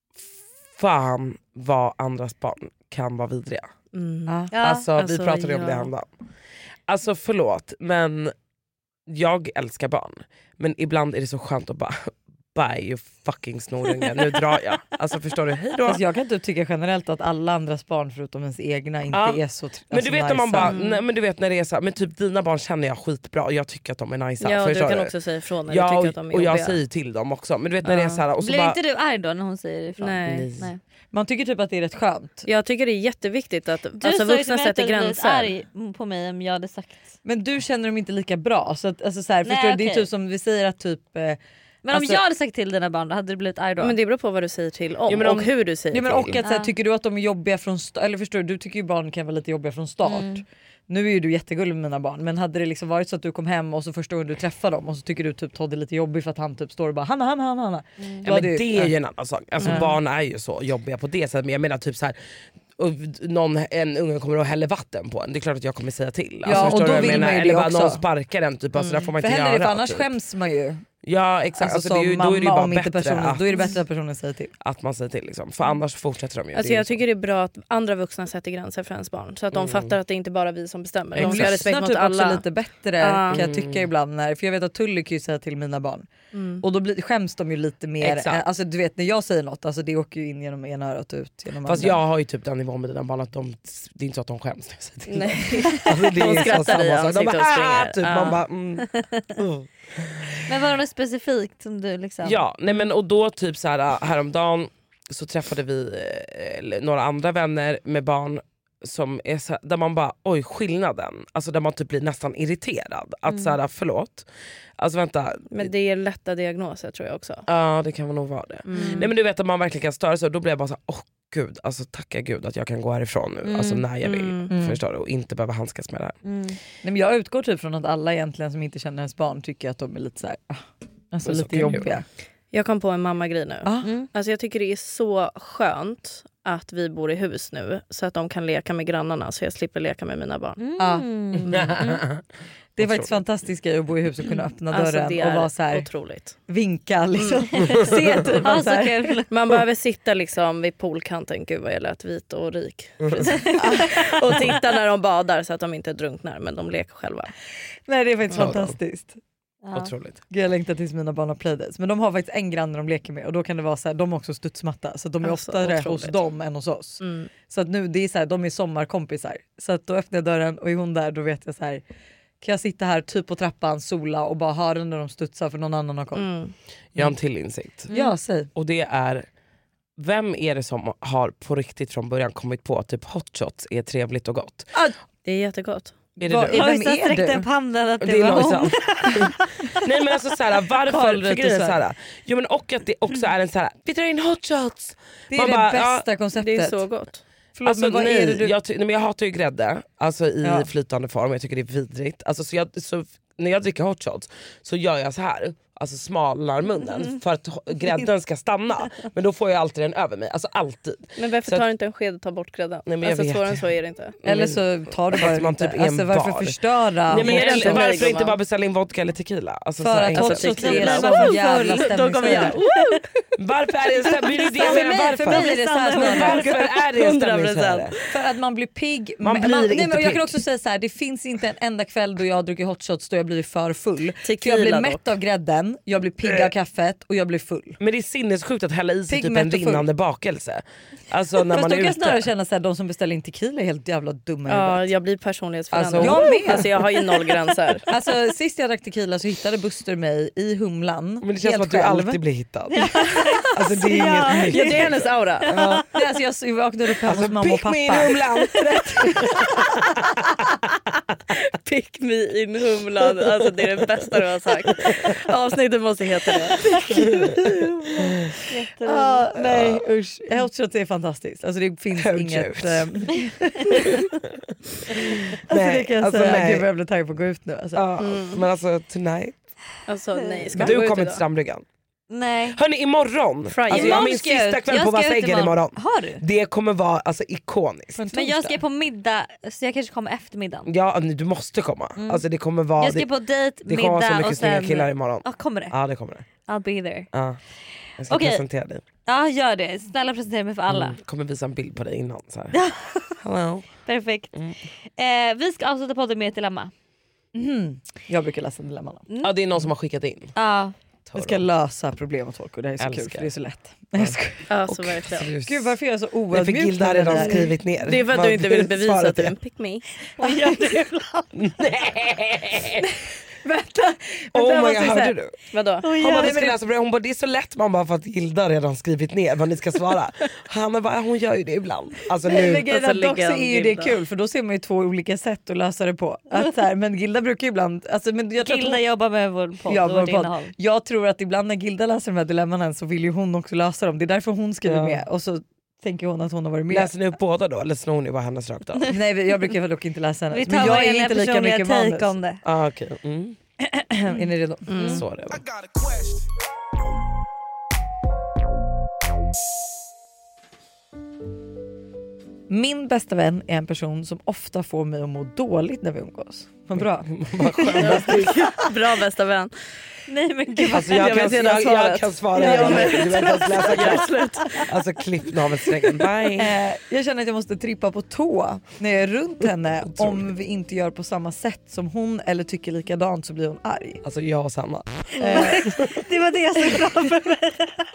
fan vad andras barn kan vara vidriga. Mm. Ja. Ja. Alltså, Alltså, vi pratade om ja. det häromdagen. Alltså förlåt men jag älskar barn. Men ibland är det så skönt att bara bye you fucking snorunge, nu drar jag. Alltså förstår du, hej då. Alltså jag kan typ tycka generellt att alla andras barn förutom ens egna inte Ja. är så tr- Men alltså, du vet när man nice. bara, Mm. nej, men du vet när det är så här, men typ dina barn känner jag skitbra och jag tycker att de är nice. Ja, du förstår kan också säga ifrån när du Ja, tycker och, att de är och jag jobbiga. säger till dem också. Men du vet när det är Ja. så här, och så Blir bara, inte du arg då när hon säger ifrån? Nej. Nej. Man tycker typ att det är rätt skönt. Jag tycker det är jätteviktigt att Du alltså, sa ju vuxna till mig att du sätter hade blivit gränser. arg på mig om jag hade sagt. Men du känner dem inte lika bra. Så att, alltså, så här, Nej, förstår du? Det är okej. typ som vi säger att typ... Eh, Men Alltså- om jag hade sagt till dina barn då hade du blivit arg då? Men det beror på vad du säger till om Ja, men om- och hur du säger ja, men till. och att, så här, Ja. tycker du att de är jobbiga från start? Eller förstår du, du tycker ju barn kan vara lite jobbiga från start. Mm. Nu är ju du jättegullig med mina barn, men hade det liksom varit så att du kom hem och så första gången du träffar dem och så tycker du typ Todd är lite jobbig för att han typ står och bara Hanna, Hanna, Hanna, Hanna. Mm. Då ja, hade men ju- det är ju en annan sak. Alltså Ja. barn är ju så jobbiga på det sättet. Men jag menar typ så här, och någon, en unge kommer att hälla vatten på en, det är klart att jag kommer säga till. Ja, alltså, och då vill man ju eller det bara också. någon sparkar den typ, alltså, Mm. där får man för inte heller göra. det, för annars typ. skäms man ju. Ja exakt, Alltså, alltså, det är ju, då är det ju bara om inte bättre personen, att, då är det bättre att personen säger till. att man säger till liksom. För annars fortsätter de ju. Alltså det är jag liksom. tycker det är bra att andra vuxna sätter gränser för ens barn. Så att de Mm. fattar att det inte bara är vi som bestämmer. De De ska ha respekt lyssnar mot typ alla. också lite bättre Ah. kan jag tycka ibland. När, för jag vet att Tully kan ju säga till mina barn. Mm. Och då blir, skäms de ju lite mer. Exakt. Alltså du vet när jag säger något, alltså det åker ju in genom ena örat och ut genom Fast andra. jag har ju typ den nivån med dina barn att de, det är inte så att de skäms när jag säger till Nej. dem. Alltså, det De är skrattar så samma i sak. De ansiktet bara, och "Ah!" springer. typ, Ah. man bara, mm. uh. Men var det något specifikt som du liksom... Ja, nej men och då typ så här häromdagen så träffade vi eh, några andra vänner med barn som är så här, där man bara oj skillnaden, alltså där man typ blir nästan irriterad att Mm. så här förlåt. Alltså vänta. Men det är lätta diagnoser tror jag också. Ja det kan nog vara det. Mm. Nej men du vet att man verkligen kan störa sig och då blir jag bara så här, åh gud, alltså tacka gud att jag kan gå härifrån nu, Mm. alltså när jag vill. Mm. Förstår du? Och inte behöva handskas med det här. Mm. Nej, men jag utgår typ från att alla egentligen som inte känner ens barn tycker att de är lite så här, ah, alltså Men så lite kan det ju jobbiga. vara. Jag kom på en mammagrej nu. Ah. Mm. Alltså jag tycker det är så skönt att vi bor i hus nu så att de kan leka med grannarna så jag slipper leka med mina barn. Mm. Ja. Mm. Det är faktiskt fantastiskt grej att bo i hus och kunna öppna dörren Alltså det och är vara så här, otroligt. vinka liksom. Se typ Ja, så så här. kul. Man behöver sitta liksom vid poolkanten, gud vad jag lät vit och rik. Och titta när de badar så att de inte drunknar men de leker själva. Nej det är faktiskt Ja. fantastiskt. Ja. Otroligt. Gud, jag längtar tills mina barn har playdates. Men de har faktiskt en granne de leker med och då kan det vara så här, de har också studsmatta så att de är Alltså, oftare otroligt. hos dem än hos oss. Mm. Så att nu det är så här, de är sommarkompisar. Så att då öppnar jag dörren och är hon där då vet jag så här, kan jag sitta här typ på trappan, sola och bara höra när de studsar för någon annan har koll. Mm. Jag har en till insikt. Ja, säg. Och det är, vem är det som har på riktigt från början kommit på att typ hot shots är trevligt och gott? Det är jättegott. Är det Vad du? är- vem Lojsan är sträckte du? upp handen att det, Det är var hon. Lojsan. Nej men alltså såhär, varför? Karl För grejen är Reutersson. såhär, jo men och att det också är en såhär, vi drar in hot shots. Det är Man det bara, bästa Det konceptet. är så gott. Förlåt, Alltså, men vad nej, är det du... jag, ty- nej, men jag hatar ju grädde alltså, i Ja. flytande form, jag tycker det är vidrigt. Alltså, så jag, så, när jag dricker hot shots så gör jag så här. Alltså smalar munnen Mm. för att ho- grädden ska stanna. Men då får jag alltid den över mig, alltså alltid. Men varför Så tar att- du inte en sked och tar bort grädden? Nej, men jag Alltså vet. svårare än så är det inte. Eller så tar du bara Fast man inte. typ är en Alltså varför bar. förstöra? Nej, men, Ge den eller, till mig, varför inte gumman. bara beställa in vodka eller tequila? Alltså, För så här att enkelt. hot shots tequila. är Men så jävla Då kommer jag. stämningshöjare. Varför är det en stämning? Det är det jag För menar, mig, för varför? mig är det så här, Men varför är det en hundra procent. stämningshöjare? för att man blir pigg. Man Men- blir nej, inte men jag kan pigg. också säga så här, det finns inte en enda kväll då jag har druckit hot shots då jag blir för full. För Tequila jag blir dock. mätt av grädden, jag blir pigg av kaffet och jag blir full. Men det är sinnessjukt att hälla i sig Pigg, typ mätt en och full. rinnande bakelse. Alltså när Fast man då är kan jag snarare ute. känna att de som beställer in tequila är helt jävla dumma i Ja, huvudet. jag blir personlighetsförändrad. Alltså, jag med. Alltså jag har ju noll gränser. Alltså sist jag drack tequila så hittade Buster mig i Humlan. Men det känns helt som att du själv. alltid blir hittad. Alltså det är inget nytt. Ja, det är hennes aura. Ja. Alltså, jag vaknade upp hemma Alltså, hos mamma och pick me in pappa. Humlan. Pick me in Humlan. Alltså det är det bästa du har sagt. Avsnittet måste heta det. Ah, nej usch, hot shots är fantastiskt. Alltså det finns Hot inget... shots. ehm, alltså det kan jag alltså, säga, nej. gud vad jag blir taggad på att gå ut nu. Alltså. Ja, men alltså tonight. Alltså nej, ska vi gå Du ut kommer idag? till Strandbryggan. Nej. Hörni imorgon, Friday. alltså, jag har Imorgon min ska jag sista ut. kväll Jag på ska ut Vasseggen imorgon. Har du? Det kommer vara alltså, ikoniskt. Men jag ska på middag så jag kanske kommer efter middagen. Ja du måste komma. Mm. Alltså, det kommer vara, Jag ska det, på dejt, det kommer vara så middag mycket och snygga sen... killar imorgon. Ja, kommer det? Ja det kommer det. I'll be there. Ja. Jag ska Okej. presentera dig. Ja gör det, snälla presentera mig för alla. Mm. Kommer visa en bild på dig innan. Så här. Hello. Perfekt. Mm. Eh, vi ska avsluta podden med ett dilemma. Mhm. Jag brukar läsa dilemman. Ja det är någon som har skickat in. Ja. Jag ska lösa problem åt folk och det är så Älskar. kul för det är så lätt. Nej, jag skojar. Alltså Och- verkligen. Gud varför är jag så Nej, för oödmjuk? Gilda har med det redan där? skrivit ner. Det är för att Man du inte vill vill bevisa svara att du är det. en pick me. Och gör det ibland. Vänta, Oh vänta, my jag god, måste säga- hörde du? Vadå? Oh, Hon ja. bara, vi ska läsa brev. Hon bara, det är så lätt man bara för att Gilda har redan skrivit ner vad ni ska svara. Hanna bara, hon gör ju det ibland. Alltså Nej, nu. men grejen Alltså, är dock så legend är ju det Gilda. kul för då ser man ju två olika sätt att lösa det på. Att så här, men Gilda brukar ju ibland... Alltså, men jag tror att Gilda hon, jobbar med vår podd Ja, och vår vårt podd. innehåll. Jag tror att ibland när Gilda läser de här dilemman så vill ju hon också lösa dem. Det är därför hon skriver Ja. med och så tänker hon att hon har varit med. Läser ni upp båda då eller snor ni bara hennes rakt av? Nej jag brukar dock inte läsa hennes. Vi Men tar jag vår är egna inte lika personliga mycket take manus. om det. Ah, okej. Mm. Är ni redo? Mm. Så redan. Min bästa vän är en person som ofta får mig att må dåligt när vi umgås. Vad bra. Bra bästa vän. Nej men gud. Alltså jag, kan, jag, jag, jag kan svara. Ja, men, du vet att läsa klart. Alltså klipp navelsträngen. Bye. Eh, jag känner att jag måste trippa på tå när jag är runt henne. Om vi inte gör på samma sätt som hon eller tycker likadant så blir hon arg. Alltså jag och Sanna. Eh. Det var det jag såg framför mig.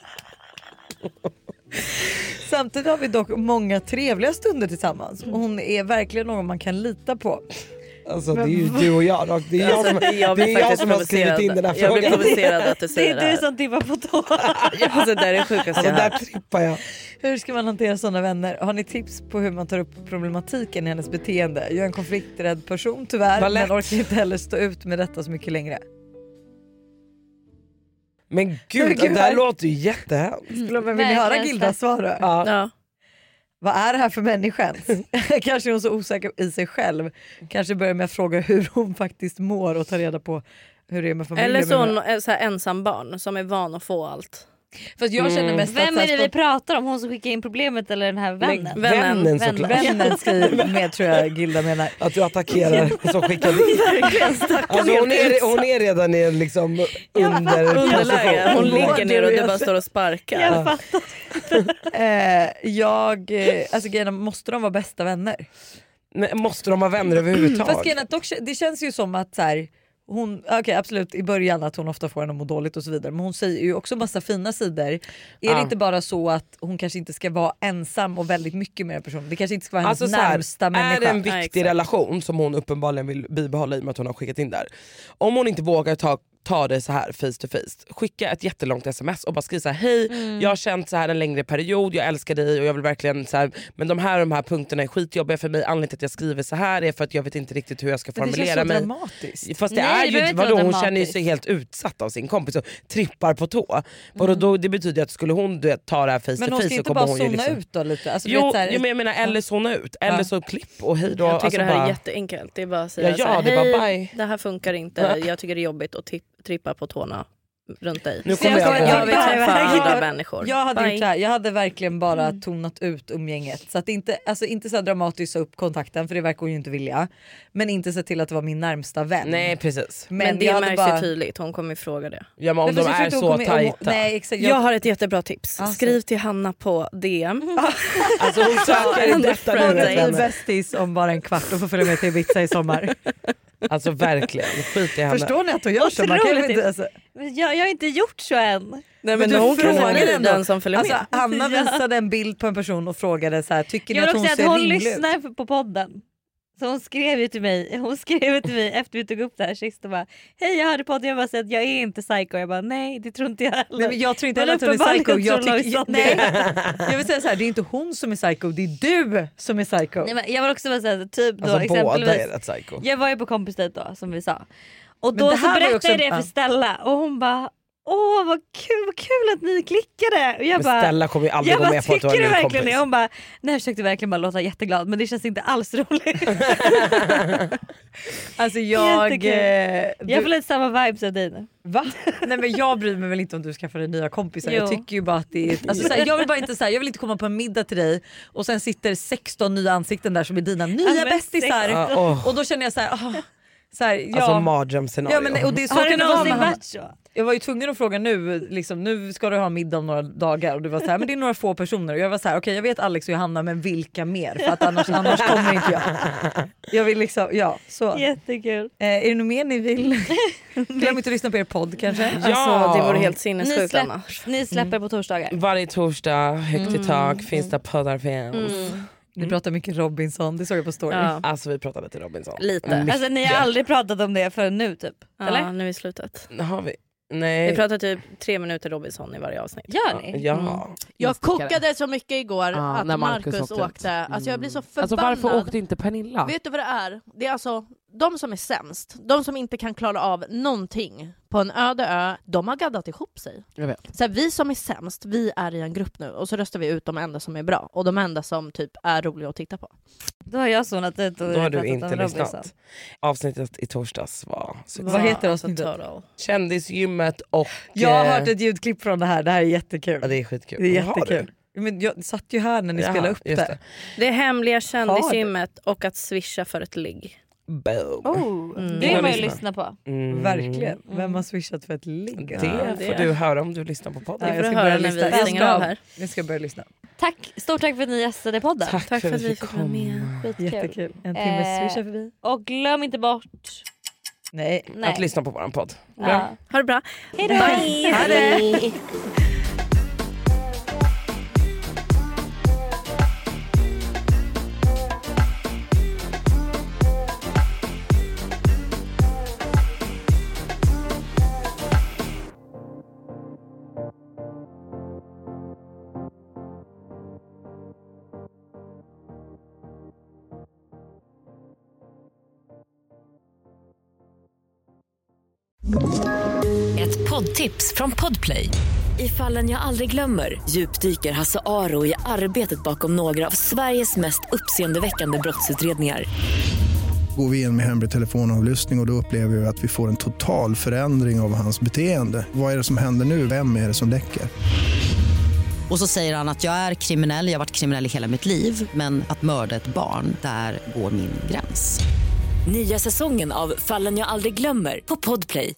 Samtidigt har vi dock många trevliga stunder tillsammans. Och hon är verkligen någon man kan lita på. Alltså det är ju du och jag då. Det är jag som, jag det är jag som har skrivit in den här jag frågan. Jag blir provocerad att du säger det. Det är du som tippar på tå. Alltså där är sjukast alltså, där trippar jag. Hur ska man hantera sådana vänner? Har ni tips på hur man tar upp problematiken i hennes beteende? Jag är en konflikträdd person tyvärr. Men orkar inte heller stå ut med detta så mycket längre. Men gud, det där låter ju jättehemskt. Mm. Men vill ni höra Gildas svar då? Ja. ja. Vad är det här för människan? Kanske är hon så osäker i sig själv. Kanske börjar med att fråga hur hon faktiskt mår och ta reda på hur det är med familjen. Eller så hon är så här ensam barn som är van att få allt. Fast jag känner mest mm. Vem är det vi pratar om? Hon som skickar in problemet eller den här vännen? Men, vännen, vännen såklart. Vännen skriver med tror jag Gilda menar. Att du attackerar som skickar dit. Alltså hon, är, hon är redan i liksom under underläge. Hon ligger ner och du bara står och sparkar. Jag fattar. eh, jag, alltså grejerna, måste de vara bästa vänner? Nej, måste de vara vänner överhuvudtaget? Fast grejerna, dock, det känns ju som att så här, hon, okej okay, absolut i början att hon ofta får henne att må dåligt och så vidare, men hon säger ju också massa fina sidor. Är ja. det inte bara så att hon kanske inte ska vara ensam och väldigt mycket med en person? Det kanske inte ska vara hennes alltså, närmsta här, människa. Är det en viktig ja, relation som hon uppenbarligen vill bibehålla i och med att hon har skickat in där? Om hon inte vågar ta ta det så här face to face, skicka ett jättelångt sms och bara skriva så här: hej, mm. jag har känt så här en längre period, jag älskar dig och jag vill verkligen så här, men de här de här punkterna är skitjobbiga för mig, anledningen till att jag skriver så här är för att jag vet inte riktigt hur jag ska formulera mig. Dramatiskt. Fast det Nej, är ju vadå, hon känner ju sig helt utsatt av sin kompis och trippar på tå. Mm. Och då, det betyder att skulle hon du vet, ta det här face men to face så kommer hon ju liksom... Men hon ska inte bara zona ut då lite? Alltså, jo, vet, så här... jo men jag menar eller zona ut, eller ja. så klipp och hej då. Jag tycker alltså, det här bara... är jätteenkelt, det är bara att säga ja, ja, så här, det, hej, bara, bye. det här funkar inte, jag tycker det är jobbigt att trippa på tårna runt dig. Nu kommer jag, jag, jag vill träffa andra människor. Jag hade, gjort här, jag hade verkligen bara mm. tonat ut umgänget. Så att inte, alltså inte så dramatiskt upp kontakten, för det verkar hon ju inte vilja. Men inte se till att det var min närmsta vän. Nej precis. Men, men det märks bara... ju tydligt, hon kommer fråga det. Ja men om men de är så kommer, tajta. Om, nej, exakt, jag... jag har ett jättebra tips. Alltså. Skriv till Hanna på D M. Alltså hon söker en detta nu. Bästis om bara en kvart och får följa med till Ibiza i sommar. Alltså verkligen, skit i henne. Förstår ni att hon gör så? Man kan inte, alltså... jag, jag har inte gjort så än. Nej, men, men hon frågade den som följer alltså, med. Hanna visade en bild på en person och frågade så här, tycker ni jag att hon ser att hon rimlig ut? lyssnar på podden. Så hon skrev ju till mig, hon skrev ju till mig efter vi tog upp det här sist och bara: hej, jag hörde podden, jag bara säger att jag är inte psycho. Jag bara nej, det tror inte jag heller. Nej, men jag tror inte heller att hon är psycho. Jag, tycker, nej. jag vill säga så här, det är inte hon som är psycho, det är du som är psycho. Nej, men jag vill också säga typ då alltså, exempelvis. Båda är rätt psycho. Jag var ju på kompisdejt då som vi sa. Och då så berättade också, jag det för Stella och hon bara: åh vad kul, vad kul att ni klickade. Och jag men bara, Stella kommer ju aldrig gå med på att du har en ny kompis. Hon bara, nej jag försökte verkligen bara låta jätteglad, men det känns inte alls roligt. Alltså jag... Eh, du... Jag får lite samma vibes av dig nu. Va? Nej men jag bryr mig väl inte om du skaffar dig nya kompisar. Jo. Jag tycker ju bara att det är... Alltså, såhär, jag vill bara inte säga, jag vill inte komma på en middag till dig och sen sitter sexton nya ansikten där som är dina nya bästisar. Ah, oh. Och då känner jag så här, oh, så här ja. Alltså mardrömscenario. Ja, men, och det är så har det kan någonsin vara varit så? Jag var ju tvungen att fråga nu, liksom, nu ska du ha middag om några dagar och du var så här, men det är några få personer och jag var så här, okej okay, jag vet Alex och Johanna, men vilka mer? För att annars, annars kommer inte jag. Jag vill liksom, ja så. Jättekul. Eh, är det något mer ni vill? Glöm inte att lyssna på er podd kanske. Ja, alltså, det vore helt sinnessjukt ni, släpp, ni släpper mm. på torsdagar. Varje torsdag, högt i tak, mm. finns det poddar finns. Mm. Ni pratar mycket Robinson, det såg jag på story. Ja. Alltså vi pratar lite Robinson. Lite. Mm. Alltså ni har aldrig pratat om det för nu typ? Ja, eller? nu i slutet. Har vi? Nej. Vi pratar typ tre minuter Robinson i varje avsnitt. Gör ni? Ja. Mm. Jag kokade så mycket igår ja, att Marcus, Marcus åkte. åkte. Alltså jag blir så förbannad. Alltså varför åkte inte Pernilla? Vet du vad det är? Det är alltså de som är sämst, de som inte kan klara av någonting på en öde ö, de har gaddat ihop sig. Jag vet. Så här, vi som är sämst, vi är i en grupp nu och så röstar vi ut de enda som är bra och de enda som typ är roliga att titta på. Då har jag zonat ut och då har du inte lyssnat. Avsnittet i torsdags var succé. Vad heter avsnittet? Kändisgymmet och... Jag har hört ett ljudklipp från det här, det här är jättekul. Ja, det är skitkul. Det är jättekul. Men jag satt ju här när ni Ja, spelade upp just det. det. Det är hemliga kändisgymmet och att swisha för ett ligg. Boom. Oh, Mm. det vill man ju lyssna. lyssna på. Mm. Verkligen. Vem har swishat för ett ligg? Det det- får du höra om du lyssnar på podden. Det får jag du ska höra börja när vi lyssna. Jag stänger av ska, här. jag ska börja lyssna. Tack, stort tack för att ni gästade podden. Tack, Tack för att vi fick vara med. kom. Skitkul. Jättekul. En timme Eh, swisha förbi. Och glöm inte bort... Nej. Nej. Att lyssna på våran podd. Bra. Ja. Ha det bra. Hej då! Bye. Ha det. Ett poddtips från Podplay. I Fallen jag aldrig glömmer djupdyker Hasse Aro i arbetet bakom några av Sveriges mest uppseendeväckande brottsutredningar. Går vi in med hemlig telefonavlyssning och, och då upplever vi att vi får en total förändring av hans beteende. Vad är det som händer nu? Vem är det som läcker? Och så säger han att jag är kriminell, jag har varit kriminell i hela mitt liv. Men att mörda ett barn, där går min gräns. Nya säsongen av Fallen jag aldrig glömmer på Podplay.